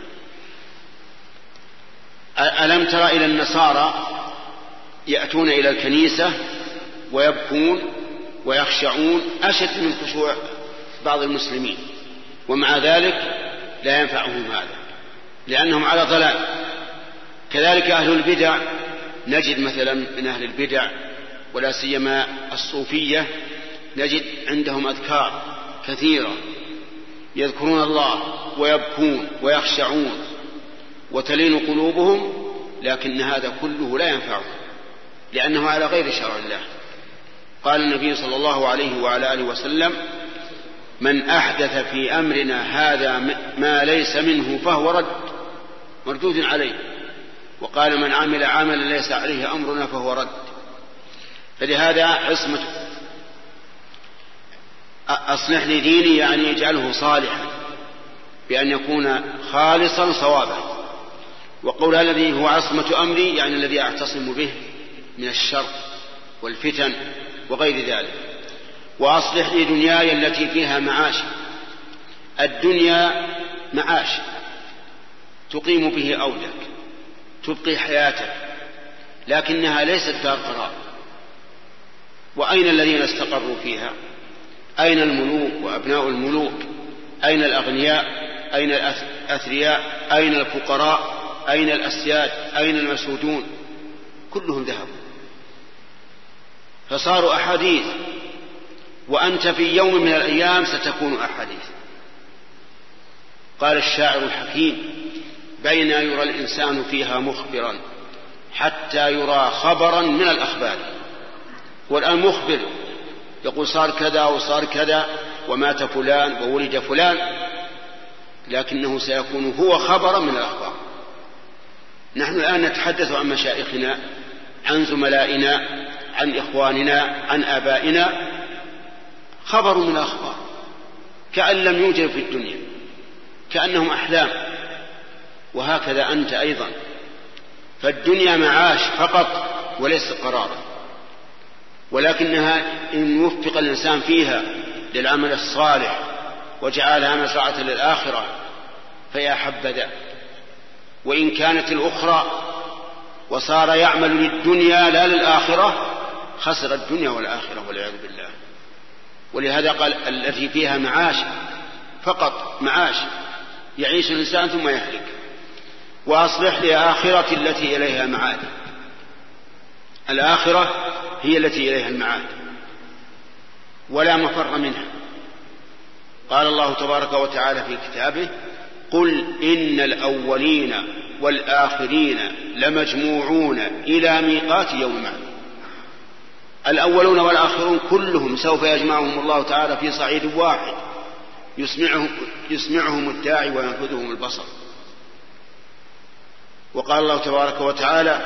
ألم تر إلى النصارى يأتون إلى الكنيسة ويبكون ويخشعون أشد من خشوع بعض المسلمين، ومع ذلك لا ينفعهم هذا لأنهم على ضلال. كذلك أهل البدع، نجد مثلا من أهل البدع ولا سيما الصوفية نجد عندهم أذكار كثيرة يذكرون الله ويبكون ويخشعون وتلين قلوبهم، لكن هذا كله لا ينفعهم لأنه على غير شرع الله. قال النبي صلى الله عليه وعلى آله وسلم: من أحدث في أمرنا هذا ما ليس منه فهو رد مردود عليه. وقال: من عمل عملا ليس عليه أمرنا فهو رد. فلهذا عصمة أصلح لي ديني يعني يجعله صالحا بأن يكون خالصا صوابا. وقول الذي هو عصمة أمري يعني الذي أعتصم به من الشر والفتن وغير ذلك. وأصلح لي دنياي التي فيها معاش. الدنيا معاش تقيم به أولك، تبقي حياتك، لكنها ليست دار قرار. وأين الذين استقروا فيها؟ أين الملوك وأبناء الملوك؟ أين الأغنياء؟ أين الأثرياء؟ أين الفقراء؟ أين الأسياد؟ أين المسودون؟ كلهم ذهبوا فصاروا أحاديث، وأنت في يوم من الأيام ستكون أحاديث. قال الشاعر الحكيم: بين يرى الإنسان فيها مخبرا حتى يرى خبرا من الأخبار. والآن مخبر يقول صار كذا وصار كذا ومات فلان وولد فلان، لكنه سيكون هو خبرا من الأخبار. نحن الآن نتحدث عن مشايخنا، عن زملائنا، عن إخواننا، عن آبائنا، خبر من الأخبار كأن لم يوجد في الدنيا، كأنهم أحلام. وهكذا أنت أيضا، فالدنيا معاش فقط وليس قرارا، ولكنها إن وفق الإنسان فيها للعمل الصالح وجعلها مزرعة للآخرة فيا حبذا. وإن كانت الأخرى وصار يعمل للدنيا لا للآخرة خسر الدنيا والآخرة والعياذ بالله. ولهذا قال: التي فيها معاش، فقط معاش يعيش الإنسان ثم يهلك. وأصلح لآخرة التي إليها معاد. الآخرة هي التي إليها المعاد ولا مفر منها. قال الله تبارك وتعالى في كتابه: قل إن الأولين والآخرين لمجموعون إلى ميقات يوم معلوم. الأولون والآخرون كلهم سوف يجمعهم الله تعالى في صعيد واحد يسمعهم, يسمعهم الداعي وينفذهم البصر. وقال الله تبارك وتعالى: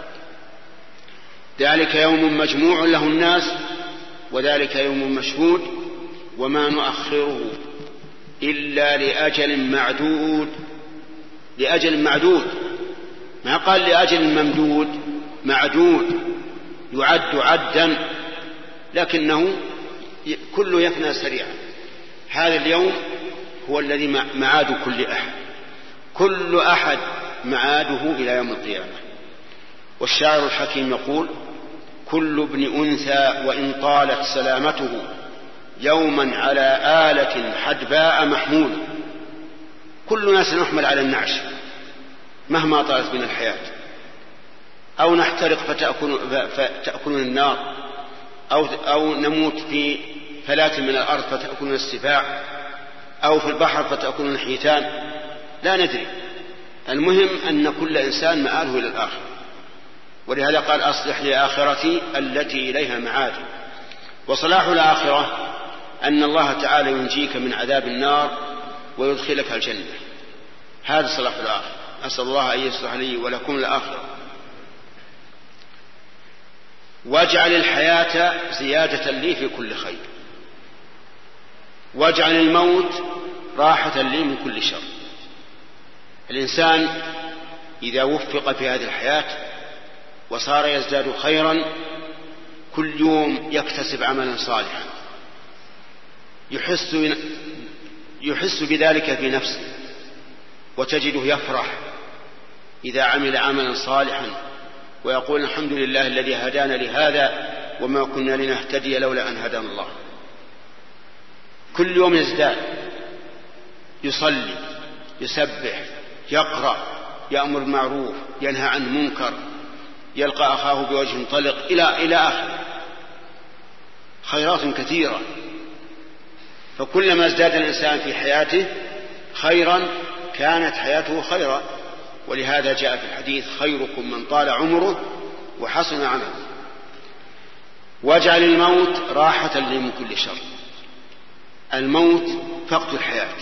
ذلك يوم مجموع له الناس وذلك يوم مشهود وما نؤخره إلا لأجل معدود. لأجل معدود، ما قال لأجل ممدود، معدود يعد عدا، لكنه كله يفنى سريعا. هذا اليوم هو الذي معاد كل أحد، كل أحد معاده إلى يوم القيامة. والشاعر الحكيم يقول: كل ابن أنثى وإن طالت سلامته يوما على آلة حدباء محمول. كلنا سنحمل على النعش مهما طالت بنا الحياة، أو نحترق فتأكل فتأكلنا النار، أو, أو نموت في فلاة من الأرض فتأكلنا السباع، أو في البحر فتأكلنا الحيتان، لا ندري. المهم أن كل إنسان مآله إلى الآخر. ولهذا قال: أصلح لآخرتي التي إليها معاد. وصلاح الآخرة أن الله تعالى ينجيك من عذاب النار ويدخلك الجنة. هذا صلاح الآخرة. أسأل الله أن يصلح لي ولكم الآخرة. واجعل الحياة زيادة لي في كل خير، واجعل الموت راحة لي من كل شر. الإنسان إذا وفق في هذه الحياة وصار يزداد خيرا كل يوم يكتسب عملا صالحا يحس يحس بذلك في نفسه، وتجده يفرح إذا عمل عملا صالحا ويقول الحمد لله الذي هدانا لهذا وما كنا لنهتدي لولا أن هدانا الله. كل يوم يزداد، يصلي، يسبح، يقرأ، يأمر بالمعروف، ينهى عن المنكر، يلقى أخاه بوجه طلق إلى إلى آخره، خيرات كثيرة. فكلما ازداد الإنسان في حياته خيرا كانت حياته خيرا، ولهذا جاء في الحديث خيركم من طال عمره وحسن عمله. واجعل الموت راحة لي من كل شر. الموت فقد الحياة،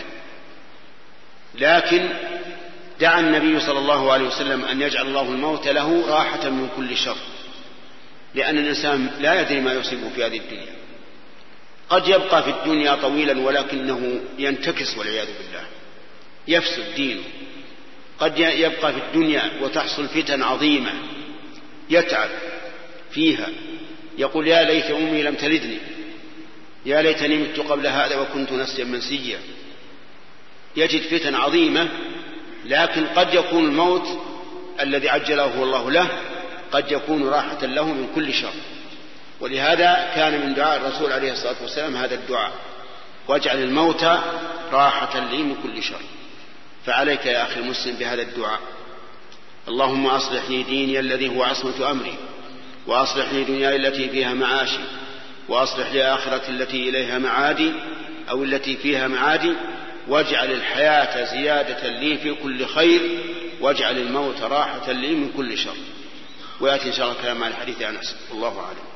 لكن دعا النبي صلى الله عليه وسلم أن يجعل الله الموت له راحة من كل شر، لأن الإنسان لا يدري ما يصيبه في هذه الدنيا. قد يبقى في الدنيا طويلا ولكنه ينتكس والعياذ بالله، يفسد دينه. قد يبقى في الدنيا وتحصل فتن عظيمة يتعب فيها، يقول يا ليت أمي لم تلدني، يا ليتني مت قبل هذا وكنت نسيا منسيا. يجد فتن عظيمة، لكن قد يكون الموت الذي عجله الله له قد يكون راحة له من كل شر. ولهذا كان من دعاء الرسول عليه الصلاة والسلام هذا الدعاء: واجعل الموت راحة لي من كل شر. فعليك يا أخي المسلم بهذا الدعاء: اللهم أصلح لي ديني الذي هو عصمة أمري، وأصلح لي دنياي التي فيها معاشي، وأصلح لي آخرتي التي إليها معادي أو التي فيها معادي، واجعل الحياة زيادة لي في كل خير، واجعل الموت راحة لي من كل شر. ويأتي إن شاء الله كلام عن الحديث عن أنس. والله أعلم.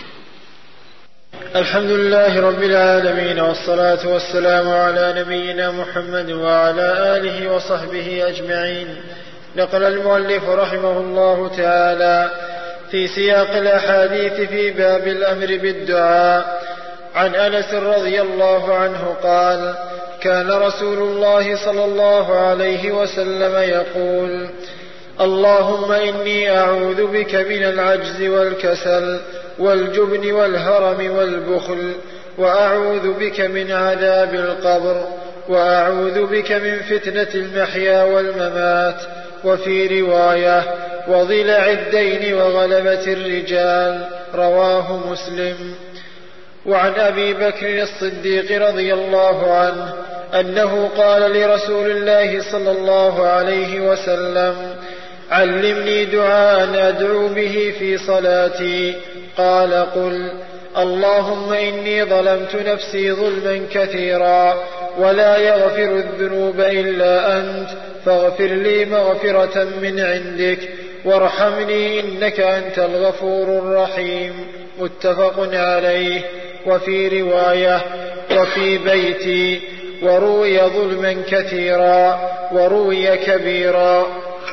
الحمد لله رب العالمين، والصلاة والسلام على نبينا محمد وعلى آله وصحبه أجمعين. نقل المؤلف رحمه الله تعالى في سياق الأحاديث في باب الأمر بالدعاء عن أنس رضي الله عنه قال: كان رسول الله صلى الله عليه وسلم يقول: اللهم إني أعوذ بك من العجز والكسل والجبن والهرم والبخل، وأعوذ بك من عذاب القبر، وأعوذ بك من فتنة المحيا والممات، وفي رواية: وضلع الدين وغلبة الرجال. رواه مسلم. وعن أبي بكر الصديق رضي الله عنه أنه قال لرسول الله صلى الله عليه وسلم: علمني دعاء أدعو به في صلاتي. قال: قل: اللهم إني ظلمت نفسي ظلما كثيرا ولا يغفر الذنوب إلا أنت، فاغفر لي مغفرة من عندك وارحمني إنك أنت الغفور الرحيم. متفق عليه. وفي رواية: وفي بيتي. وروي ظلما كثيرا وروي كبيرا.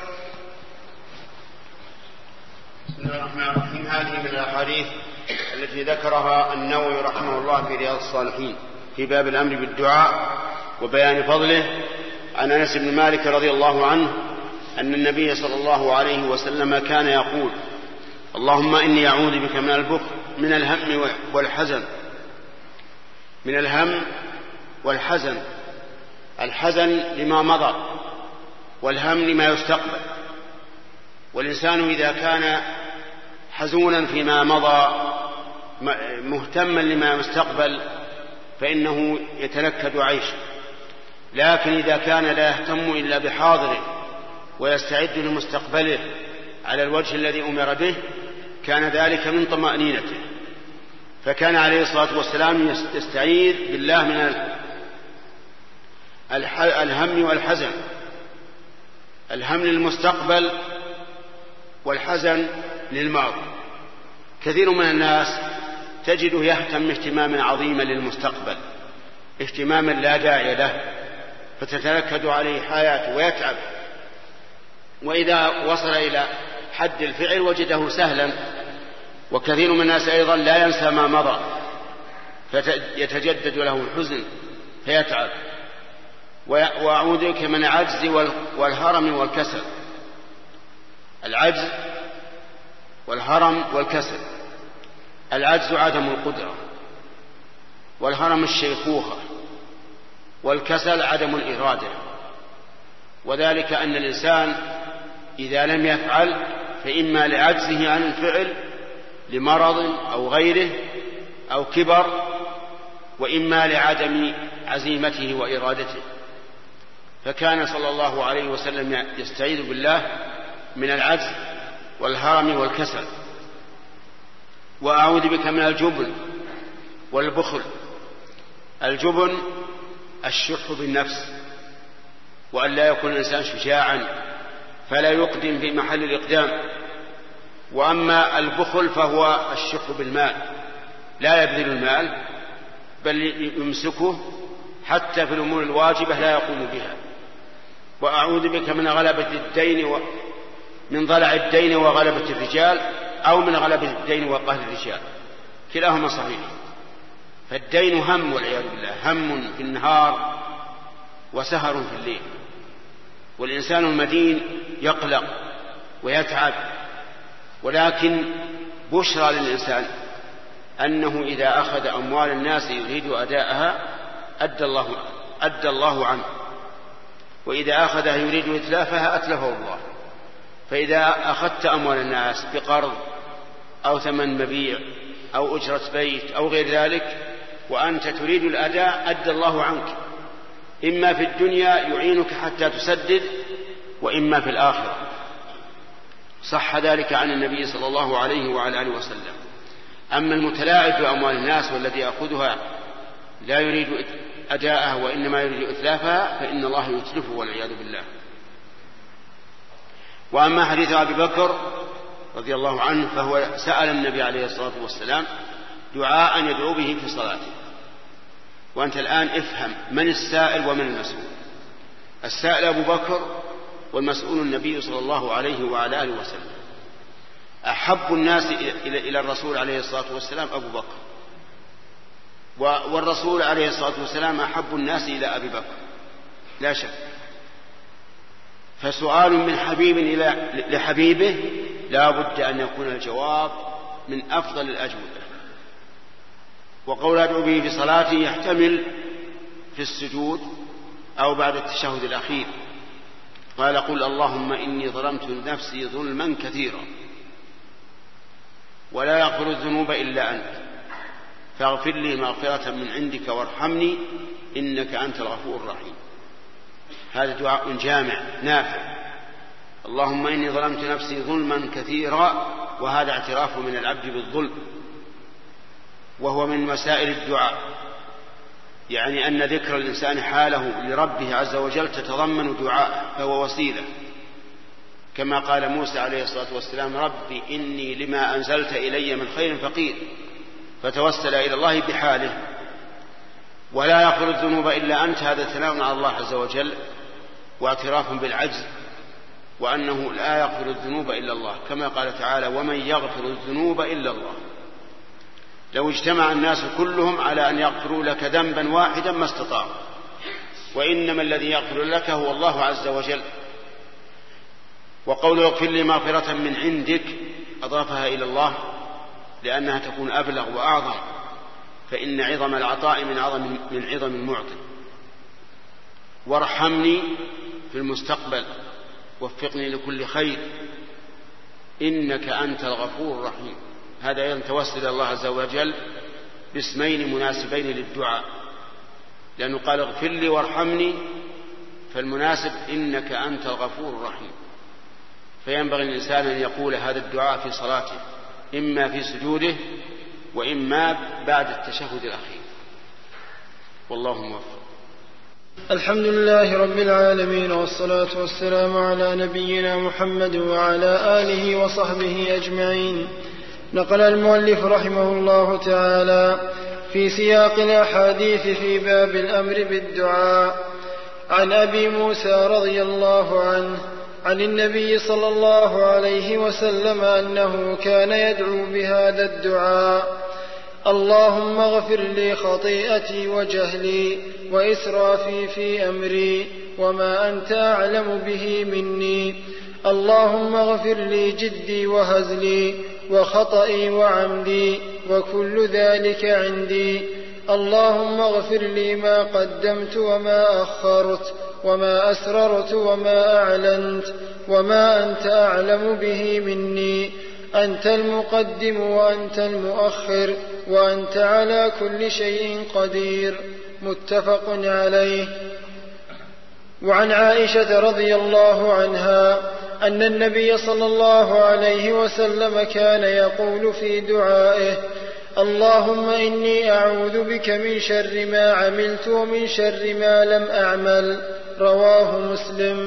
بسم الله الرحمن الرحيم. هذه من الأحاديث التي ذكرها النووي رحمه الله في رياض الصالحين في باب الأمر بالدعاء وبيان فضله. عن أنس بن مالك رضي الله عنه أن النبي صلى الله عليه وسلم كان يقول: اللهم إني أعوذ بك من البخل من الهم والحزن. من الهم والحزن، الحزن لما مضى والهم لما يستقبل. والإنسان إذا كان حزونا فيما مضى مهتما لما يستقبل فإنه يتنكد عيشه، لكن إذا كان لا يهتم إلا بحاضره ويستعد لمستقبله على الوجه الذي أمر به كان ذلك من طمأنينته. فكان عليه الصلاة والسلام يستعيذ بالله من الهم والحزن، الهم للمستقبل والحزن للماضي. كثير من الناس تجده يهتم اهتماما عظيما للمستقبل، اهتماما لا داعي له، فتتنكد عليه حياته ويتعب، وإذا وصل إلى حد الفعل وجده سهلا. وكثير من الناس أيضا لا ينسى ما مضى فيتجدد له الحزن فيتعب. وأعوذ بك من العجز والهرم والكسل. العجز والهرم والكسل. العجز عدم القدرة، والهرم الشيخوخة، والكسل عدم الإرادة. وذلك أن الإنسان إذا لم يفعل فإما لعجزه عن الفعل لمرض أو غيره أو كبر، وإما لعدم عزيمته وإرادته. فكان صلى الله عليه وسلم يستعيذ بالله من العجز والهرم والكسل. وأعوذ بك من الجبن والبخل. الجبن الشح بالنفس، وأن لا يكون الإنسان شجاعا فلا يقدم في محل الإقدام. وأما البخل فهو الشح بالمال، لا يبذل المال بل يمسكه حتى في الأمور الواجبة لا يقوم بها. وأعوذ بك من غلبة الدين و... من ضلع الدين وغلبة الرجال، أو من غلبة الدين وقهر الرجال، كلاهما صحيح. فالدين هم والعياذ بالله، هم في النهار وسهر في الليل. والإنسان المدين يقلق ويتعب، ولكن بشرى للإنسان أنه إذا أخذ أموال الناس يريد أداءها أدى الله, أدى الله عنه، وإذا أخذها يريد إتلافها أتلفه الله. فإذا أخذت أموال الناس بقرض أو ثمن مبيع أو أجرة بيت أو غير ذلك وأنت تريد الأداء أدى الله عنك، إما في الدنيا يعينك حتى تسدد، وإما في الآخرة. صح ذلك عن النبي صلى الله عليه وعلى آله وسلم. أما المتلاعب بأموال الناس والذي يأخذها لا يريد أداءها وإنما يريد إتلافها فإن الله يتلفه والعياذ بالله. وأما حديث أبي بكر رضي الله عنه فهو سأل النبي عليه الصلاة والسلام دعاء يدعو به في صلاته. وأنت الآن افهم من السائل ومن المسؤول. السائل أبو بكر والمسؤول النبي صلى الله عليه وعلى آله وسلم. أحب الناس إلى الرسول عليه الصلاة والسلام أبو بكر، والرسول عليه الصلاة والسلام أحب الناس إلى أبي بكر لا شك. فسؤال من حبيب إلى لحبيبه لا بد أن يكون الجواب من أفضل الأجوبة. وقول أدعو به في صلاته يحتمل في السجود أو بعد التشهد الأخير. قال قل اللهم إني ظلمت نفسي ظلما كثيرا ولا يغفر الذنوب إلا أنت فاغفر لي مغفرة من عندك وارحمني إنك أنت الغفور الرحيم. هذا دعاء جامع نافع. اللهم إني ظلمت نفسي ظلما كثيرا، وهذا اعتراف من العبد بالظلم، وهو من مسائل الدعاء، يعني أن ذكر الإنسان حاله لربه عز وجل تتضمن دعاء، فهو وسيلة. كما قال موسى عليه الصلاة والسلام ربي إني لما أنزلت إلي من خير فقير، فتوسل إلى الله بحاله. ولا يغفر الذنوب إلا أنت، هذا ثناء على الله عز وجل واعتراف بالعجز، وأنه لا يغفر الذنوب إلا الله، كما قال تعالى ومن يغفر الذنوب إلا الله. لو اجتمع الناس كلهم على أن يغفروا لك ذنبا واحدا ما استطاعوا، وإنما الذي يغفر لك هو الله عز وجل. وقوله اغفر لي مغفرة من عندك أضافها إلى الله لأنها تكون أبلغ وأعظم، فإن عظم العطاء من عظم من عظم المعطي. وارحمني في المستقبل وفقني لكل خير إنك أنت الغفور الرحيم. هذا يتوسل إلى الله عز وجل باسمين مناسبين للدعاء، لأنه قال اغفر لي وارحمني، فالمناسب إنك أنت الغفور الرحيم. فينبغي الإنسان أن يقول هذا الدعاء في صلاته، إما في سجوده وإما بعد التشهد الأخير، والله موفق. الحمد لله رب العالمين، والصلاة والسلام على نبينا محمد وعلى آله وصحبه أجمعين. نقل المؤلف رحمه الله تعالى في سياق الأحاديث في باب الأمر بالدعاء عن أبي موسى رضي الله عنه عن النبي صلى الله عليه وسلم أنه كان يدعو بهذا الدعاء: اللهم اغفر لي خطيئتي وجهلي وإسرافي في أمري وما أنت أعلم به مني، اللهم اغفر لي جدي وهزلي وخطئي وعمدي وكل ذلك عندي. اللهم اغفر لي ما قدمت وما أخرت وما أسررت وما أعلنت وما أنت أعلم به مني. أنت المقدم وأنت المؤخر وأنت على كل شيء قدير. متفق عليه. وعن عائشة رضي الله عنها أن النبي صلى الله عليه وسلم كان يقول في دعائه: اللهم إني أعوذ بك من شر ما عملت ومن شر ما لم أعمل. رواه مسلم.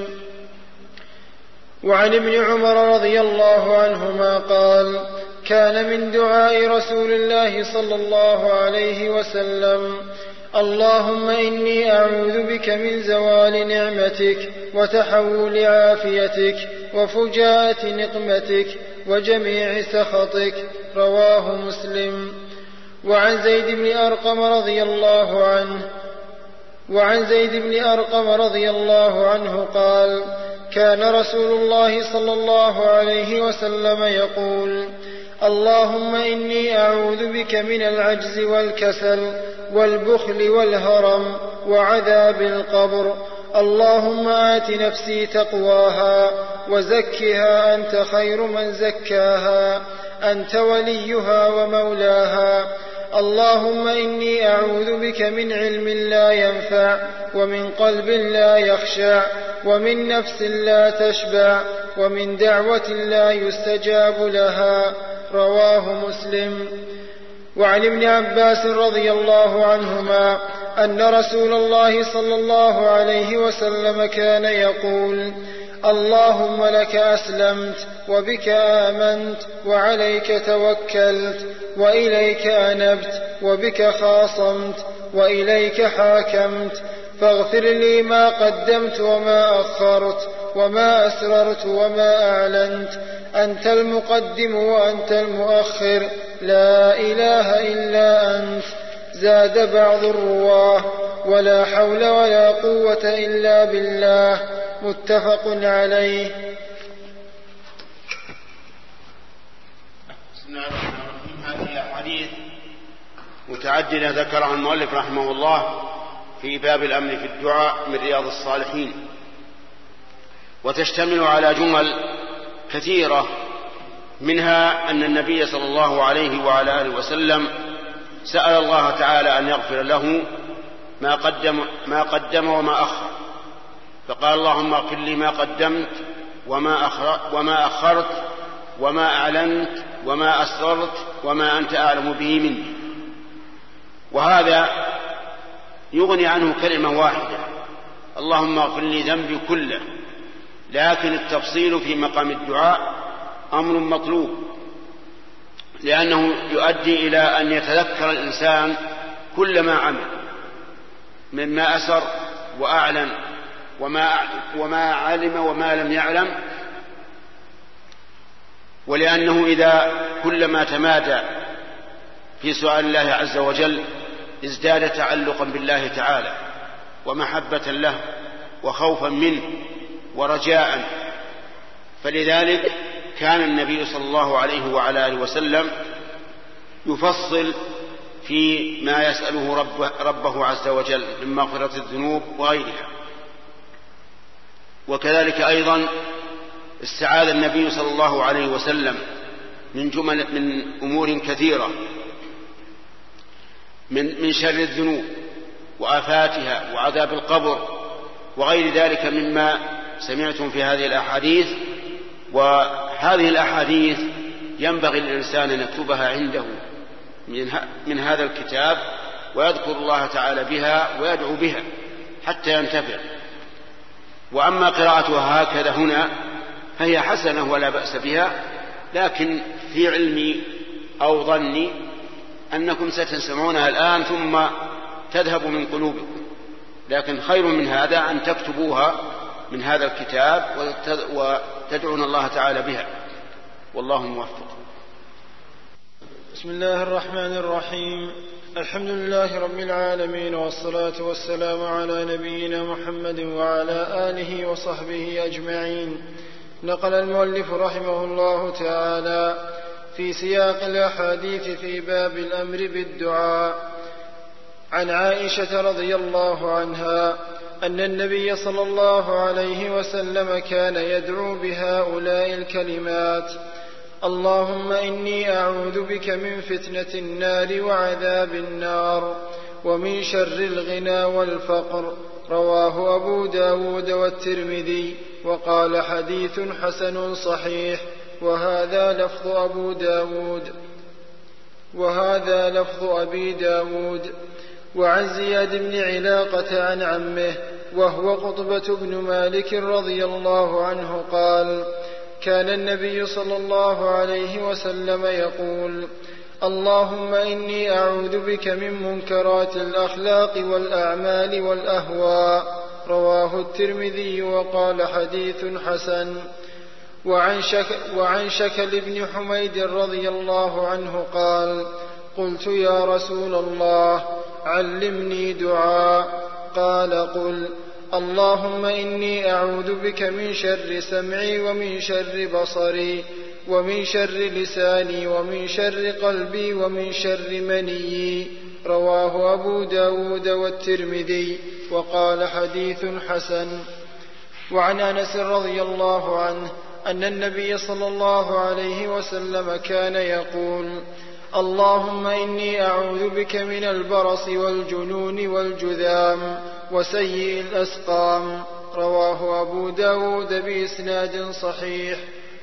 وعن ابن عمر رضي الله عنهما قال: كان من دعاء رسول الله صلى الله عليه وسلم: اللهم إني أعوذ بك من زوال نعمتك وتحول عافيتك وفجاءة نقمتك وجميع سخطك. رواه مسلم. وعن زيد بن أرقم رضي الله عنه وعن زيد بن أرقم رضي الله عنه قال: كان رسول الله صلى الله عليه وسلم يقول: اللهم إني أعوذ بك من العجز والكسل والبخل والهرم وعذاب القبر. اللهم آت نفسي تقواها وزكها أنت خير من زكاها أنت وليها ومولاها. اللهم إني أعوذ بك من علم لا ينفع ومن قلب لا يخشع ومن نفس لا تشبع ومن دعوة لا يستجاب لها. رواه مسلم. وعن ابن عباس رضي الله عنهما أن رسول الله صلى الله عليه وسلم كان يقول: اللهم لك أسلمت وبك آمنت وعليك توكلت وإليك أنبت وبك خاصمت وإليك حاكمت فاغفر لي ما قدمت وما أخرت وما أسررت وما أعلنت. أنت المقدم وأنت المؤخر لا إله إلا أنت. زاد بعض الرواه: ولا حول ولا قوة إلا بالله. متفق عليه. بسم الله الرحمن الرحيم. هذه أحاديث متعددة ذكرها المؤلف رحمه الله في باب الأمر في الدعاء من رياض الصالحين، وتشتمل على جمل كثيرة، منها أن النبي صلى الله عليه وعلى آله وسلم سأل الله تعالى أن يغفر له ما قدم, ما قدم وما أخر، فقال: اللهم اغفر لي ما قدمت وما, وما أخرت وما أعلنت وما أسررت وما أنت أعلم به مني. وهذا يغني عنه كلمة واحدة: اللهم اغفر لي ذنبي كله. لكن التفصيل في مقام الدعاء أمر مطلوب، لأنه يؤدي إلى أن يتذكر الإنسان كل ما عمل مما أسر وأعلن وما, وما علم وما لم يعلم، ولأنه إذا كلما تمادى في سؤال الله عز وجل ازداد تعلقا بالله تعالى ومحبة له وخوفا منه ورجاء. فلذلك كان النبي صلى الله عليه وعلى آله وسلم يفصل في ما يسأله رب ربه عز وجل من مغفرة الذنوب وغيرها. وكذلك أيضا استعاذ النبي صلى الله عليه وسلم من جمل من أمور كثيرة، من من شر الذنوب وآفاتها وعذاب القبر وغير ذلك مما سمعتم في هذه الأحاديث. وهذه الأحاديث ينبغي للإنسان أن يكتبها عنده من هذا الكتاب ويذكر الله تعالى بها ويدعو بها حتى ينتفع. وأما قراءتها هكذا هنا فهي حسنة ولا بأس بها، لكن في علمي أو ظني أنكم ستسمعونها الآن ثم تذهب من قلوبكم، لكن خير من هذا أن تكتبوها من هذا الكتاب وتدعون الله تعالى بها، والله موفق. بسم الله الرحمن الرحيم. الحمد لله رب العالمين، والصلاة والسلام على نبينا محمد وعلى آله وصحبه أجمعين. نقل المؤلف رحمه الله تعالى في سياق الأحاديث في باب الأمر بالدعاء عن عائشة رضي الله عنها أن النبي صلى الله عليه وسلم كان يدعو بهؤلاء الكلمات: اللهم إني أعوذ بك من فتنة النار وعذاب النار ومن شر الغنى والفقر. رواه أبو داود والترمذي وقال حديث حسن صحيح. وهذا لفظ أبو داود وهذا لفظ أبي داود. وعن زياد بن علاقة عن عمه وهو قطبة بن مالك رضي الله عنه قال: كان النبي صلى الله عليه وسلم يقول: اللهم إني أعوذ بك من منكرات الأخلاق والأعمال والأهواء. رواه الترمذي وقال حديث حسن. وعن, شك وعن شكل بن حميد رضي الله عنه قال: قلت يا رسول الله علمني دعاء. قال: قل: اللهم إني أعوذ بك من شر سمعي ومن شر بصري ومن شر لساني ومن شر قلبي ومن شر منيي. رواه أبو داود والترمذي وقال حديث حسن. وعن أنس رضي الله عنه أن النبي صلى الله عليه وسلم كان يقول: اللهم إني أعوذ بك من البرص والجنون والجذام وسيء الأسقام. رواه أبو داود بإسناد صحيح.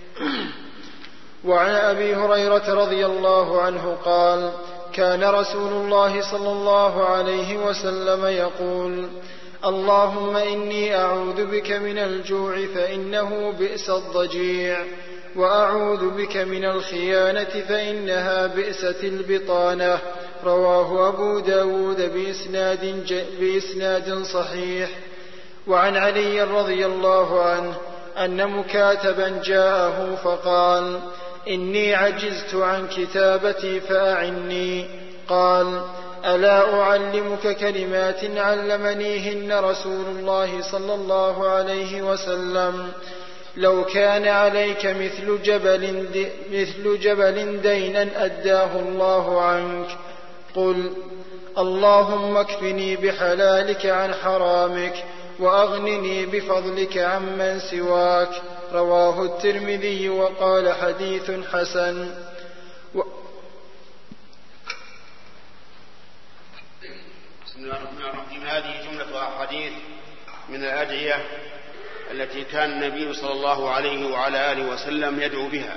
وعن أبي هريرة رضي الله عنه قال: كان رسول الله صلى الله عليه وسلم يقول: اللهم إني أعوذ بك من الجوع فإنه بئس الضجيع، وأعوذ بك من الخيانة فإنها بئست البطانة. رواه أبو داود بإسناد, بإسناد صحيح. وعن علي رضي الله عنه أن مكاتبا جاءه فقال: إني عجزت عن كتابتي فأعني. قال: ألا أعلمك كلمات علمنيهن رسول الله صلى الله عليه وسلم؟ لو كان عليك مثل جبل, مثل جبل دينا أداه الله عنك. قل: اللهم اكفني بحلالك عن حرامك وأغنني بفضلك عمن سواك. رواه الترمذي وقال حديث حسن. و... بسم الله الرحمن الرحيم. هذه جملة أحاديث من الأدعية التي كان النبي صلى الله عليه وعلى آله وسلم يدعو بها.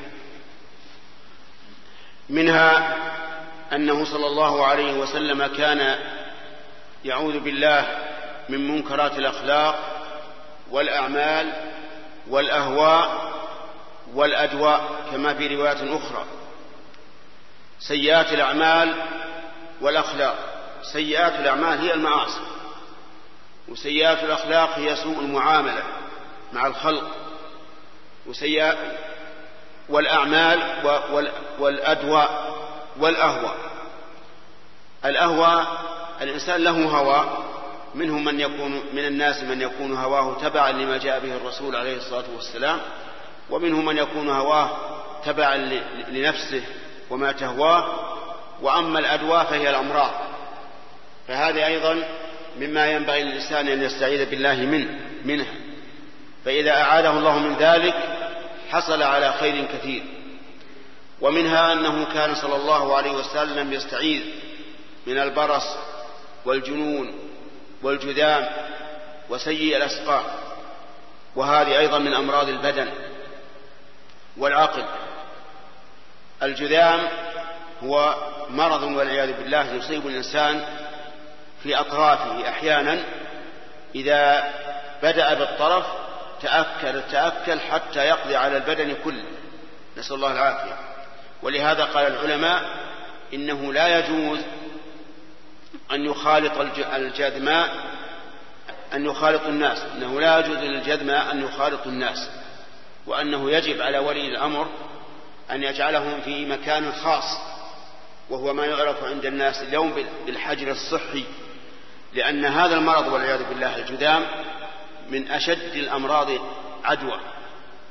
منها أنه صلى الله عليه وسلم كان يعوذ بالله من منكرات الأخلاق والأعمال والأهواء والأدواء، كما في رواية أخرى: سيئات الأعمال والأخلاق. سيئات الأعمال هي المعاصي، وسيئات الأخلاق هي سوء المعاملة مع الخلق، وسيئات والأعمال والأدواء والأهواء. الأهواء الإنسان له هوى، منهم من يكون من الناس من يكون هواه تبعا لما جاء به الرسول عليه الصلاة والسلام، ومنهم من يكون هواه تبعا لنفسه وما تهواه. وأما الأدواء فهي الأمراض، فهذه أيضا مما ينبغي للإنسان أن يستعيذ بالله منه منها فإذا أعاده الله من ذلك حصل على خير كثير. ومنها أنه كان صلى الله عليه وسلم يستعيذ من البرص والجنون والجذام وسيء الأسقام، وهذه أيضا من أمراض البدن والعقل. الجذام هو مرض والعياذ بالله يصيب الإنسان في أطرافه أحيانا، إذا بدأ بالطرف تأكل تأكل حتى يقضي على البدن كله، نسأل الله العافية. ولهذا قال العلماء إنه لا يجوز أن يخالط الجذماء أن يخالط الناس إنه لا يجوز للجذماء أن يخالط الناس، وأنه يجب على ولي الأمر أن يجعلهم في مكان خاص، وهو ما يعرف عند الناس اليوم بالحجر الصحي، لأن هذا المرض والعياذ بالله الجذام من أشد الأمراض عدوى،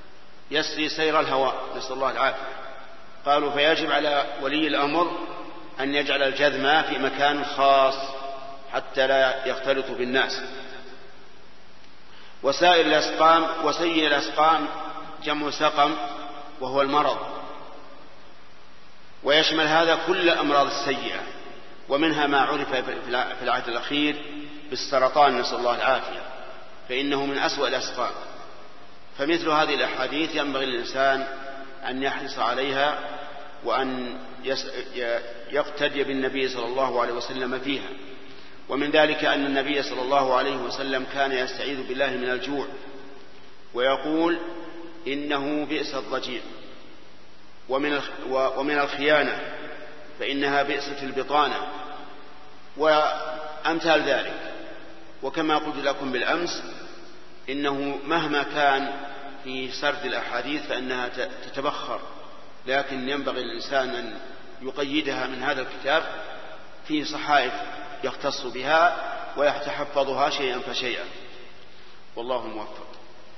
يسري سير الهواء، نسأل الله العافية. قالوا فيجب على ولي الأمر أن يجعل الجذم في مكان خاص حتى لا يختلط بالناس. وسائر الأسقام وسيء الأسقام جمع سقم وهو المرض، ويشمل هذا كل الأمراض السيئة، ومنها ما عرف في العهد الأخير بالسرطان، نسأل الله العافية، فإنه من أسوأ الأسقام. فمثل هذه الأحاديث ينبغي للإنسان أن يحرص عليها وأن يقتدي بالنبي صلى الله عليه وسلم فيها. ومن ذلك أن النبي صلى الله عليه وسلم كان يستعيذ بالله من الجوع ويقول إنه بئس الضجيع، ومن الخيانة فإنها بئسة البطانة وأمثال ذلك. وكما قلت لكم بالأمس إنه مهما كان في سرد الأحاديث فإنها تتبخر، لكن ينبغي للإنسان أن يقيدها من هذا الكتاب فيه صحائف يختص بها ويتحفظها شيئا فشيئا، والله موفق.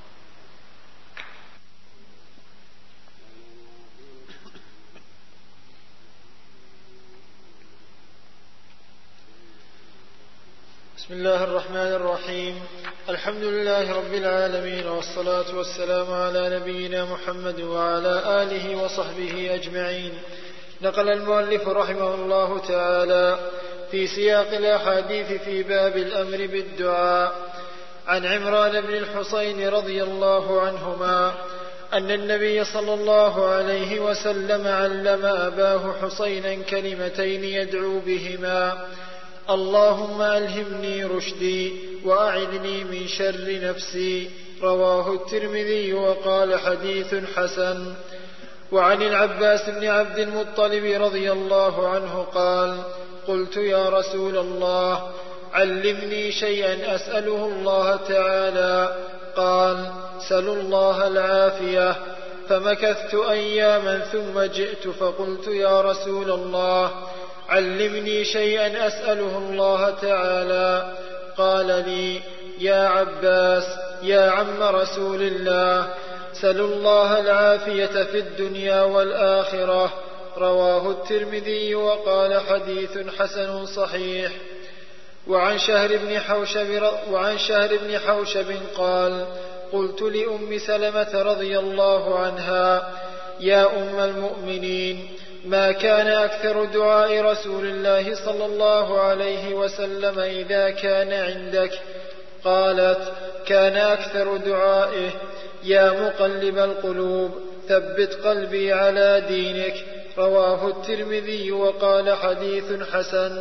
بسم الله الرحمن الرحيم. الحمد لله رب العالمين، والصلاة والسلام على نبينا محمد وعلى آله وصحبه أجمعين. نقل المؤلف رحمه الله تعالى في سياق الأحاديث في باب الأمر بالدعاء عن عمران بن الحصين رضي الله عنهما أن النبي صلى الله عليه وسلم علم أباه حصينا كلمتين يدعو بهما: اللهم ألهمني رشدي وأعذني من شر نفسي. رواه الترمذي وقال حديث حسن. وعن العباس بن عبد المطلب رضي الله عنه قال: قلت يا رسول الله علمني شيئا أسأله الله تعالى. قال: سل الله العافية. فمكثت أياما ثم جئت فقلت يا رسول الله علمني شيئا أسأله الله تعالى. قال لي: يا عباس يا عم رسول الله، سل الله العافية في الدنيا والآخرة. رواه الترمذي وقال حديث حسن صحيح. وعن شهر بن حوشب, وعن شهر بن حوشب قال: قلت لأم سلمة رضي الله عنها: يا أم المؤمنين، ما كان أكثر دعاء رسول الله صلى الله عليه وسلم إذا كان عندك؟ قالت: كان أكثر دعائه: يا مقلب القلوب ثبت قلبي على دينك. رواه الترمذي وقال حديث حسن.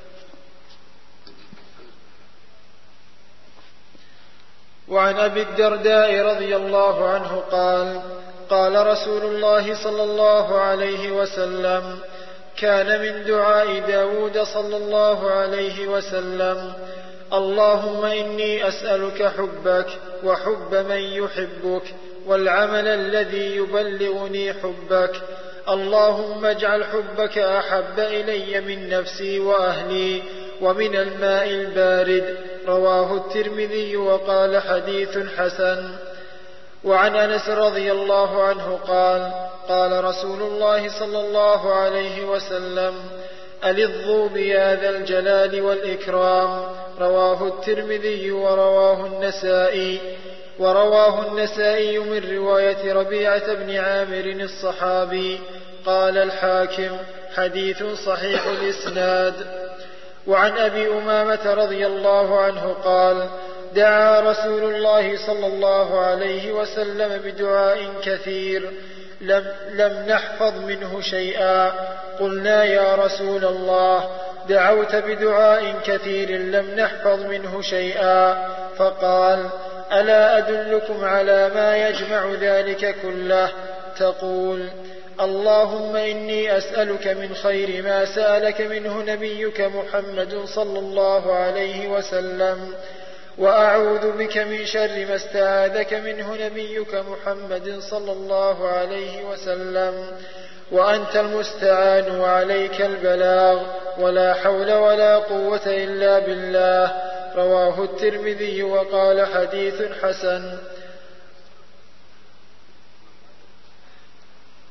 وعن أبي الدرداء رضي الله عنه قال: قال رسول الله صلى الله عليه وسلم: كان من دعاء داود صلى الله عليه وسلم: اللهم إني أسألك حبك وحب من يحبك والعمل الذي يبلغني حبك. اللهم اجعل حبك أحب إلي من نفسي وأهلي ومن الماء البارد. رواه الترمذي وقال حديث حسن. وعن أنس رضي الله عنه قال: قال رسول الله صلى الله عليه وسلم: ألظوا بيا ذا الجلال والإكرام. رواه الترمذي ورواه النسائي ورواه النسائي من رواية ربيعة بن عامر الصحابي. قال الحاكم: حديث صحيح الإسناد. وعن أبي أمامة رضي الله عنه قال: دعا رسول الله صلى الله عليه وسلم بدعاء كثير لم, لم نحفظ منه شيئا. قلنا: يا رسول الله، دعوت بدعاء كثير لم نحفظ منه شيئا. فقال: ألا أدلكم على ما يجمع ذلك كله؟ تقول: اللهم إني أسألك من خير ما سألك منه نبيك محمد صلى الله عليه وسلم، وأعوذ بك من شر ما استعاذك منه نبيك محمد صلى الله عليه وسلم، وأنت المستعان وعليك البلاغ، ولا حول ولا قوة إلا بالله. رواه الترمذي وقال حديث حسن.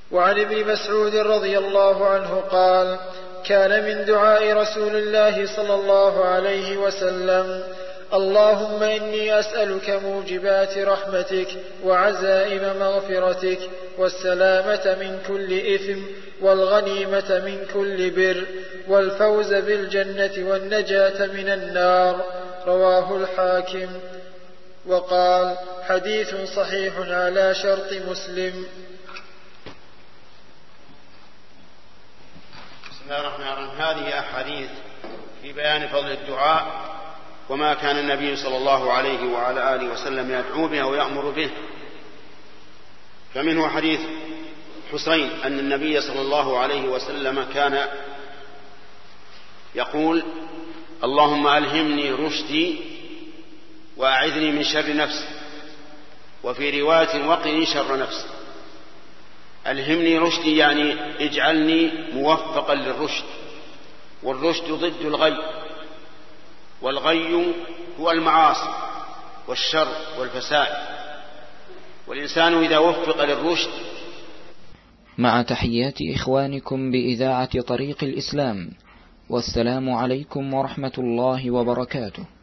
وعن ابن مسعود رضي الله عنه قال: كان من دعاء رسول الله صلى الله عليه وسلم: اللهم إني أسألك موجبات رحمتك وعزائم مغفرتك والسلامة من كل إثم والغنيمة من كل بر والفوز بالجنة والنجاة من النار. رواه الحاكم. وقال: حديث صحيح على شرط مسلم. بسم الله الرحمن الرحيم. هذه أحاديث في بيان فضل الدعاء وما كان النبي صلى الله عليه وعلى آله وسلم يدعو به ويأمر به. فمنه حديث حسين أن النبي صلى الله عليه وسلم كان يقول: اللهم ألهمني رشدي وأعذني من شر نفسي، وفي رواية وقني شر نفسي. ألهمني رشدي يعني اجعلني موفقا للرشد، والرشد ضد الغي، والغي هو المعاصي والشر والفساد، والإنسان إذا وفق للرشد. مع تحيات إخوانكم بإذاعة طريق الإسلام، والسلام عليكم ورحمة الله وبركاته.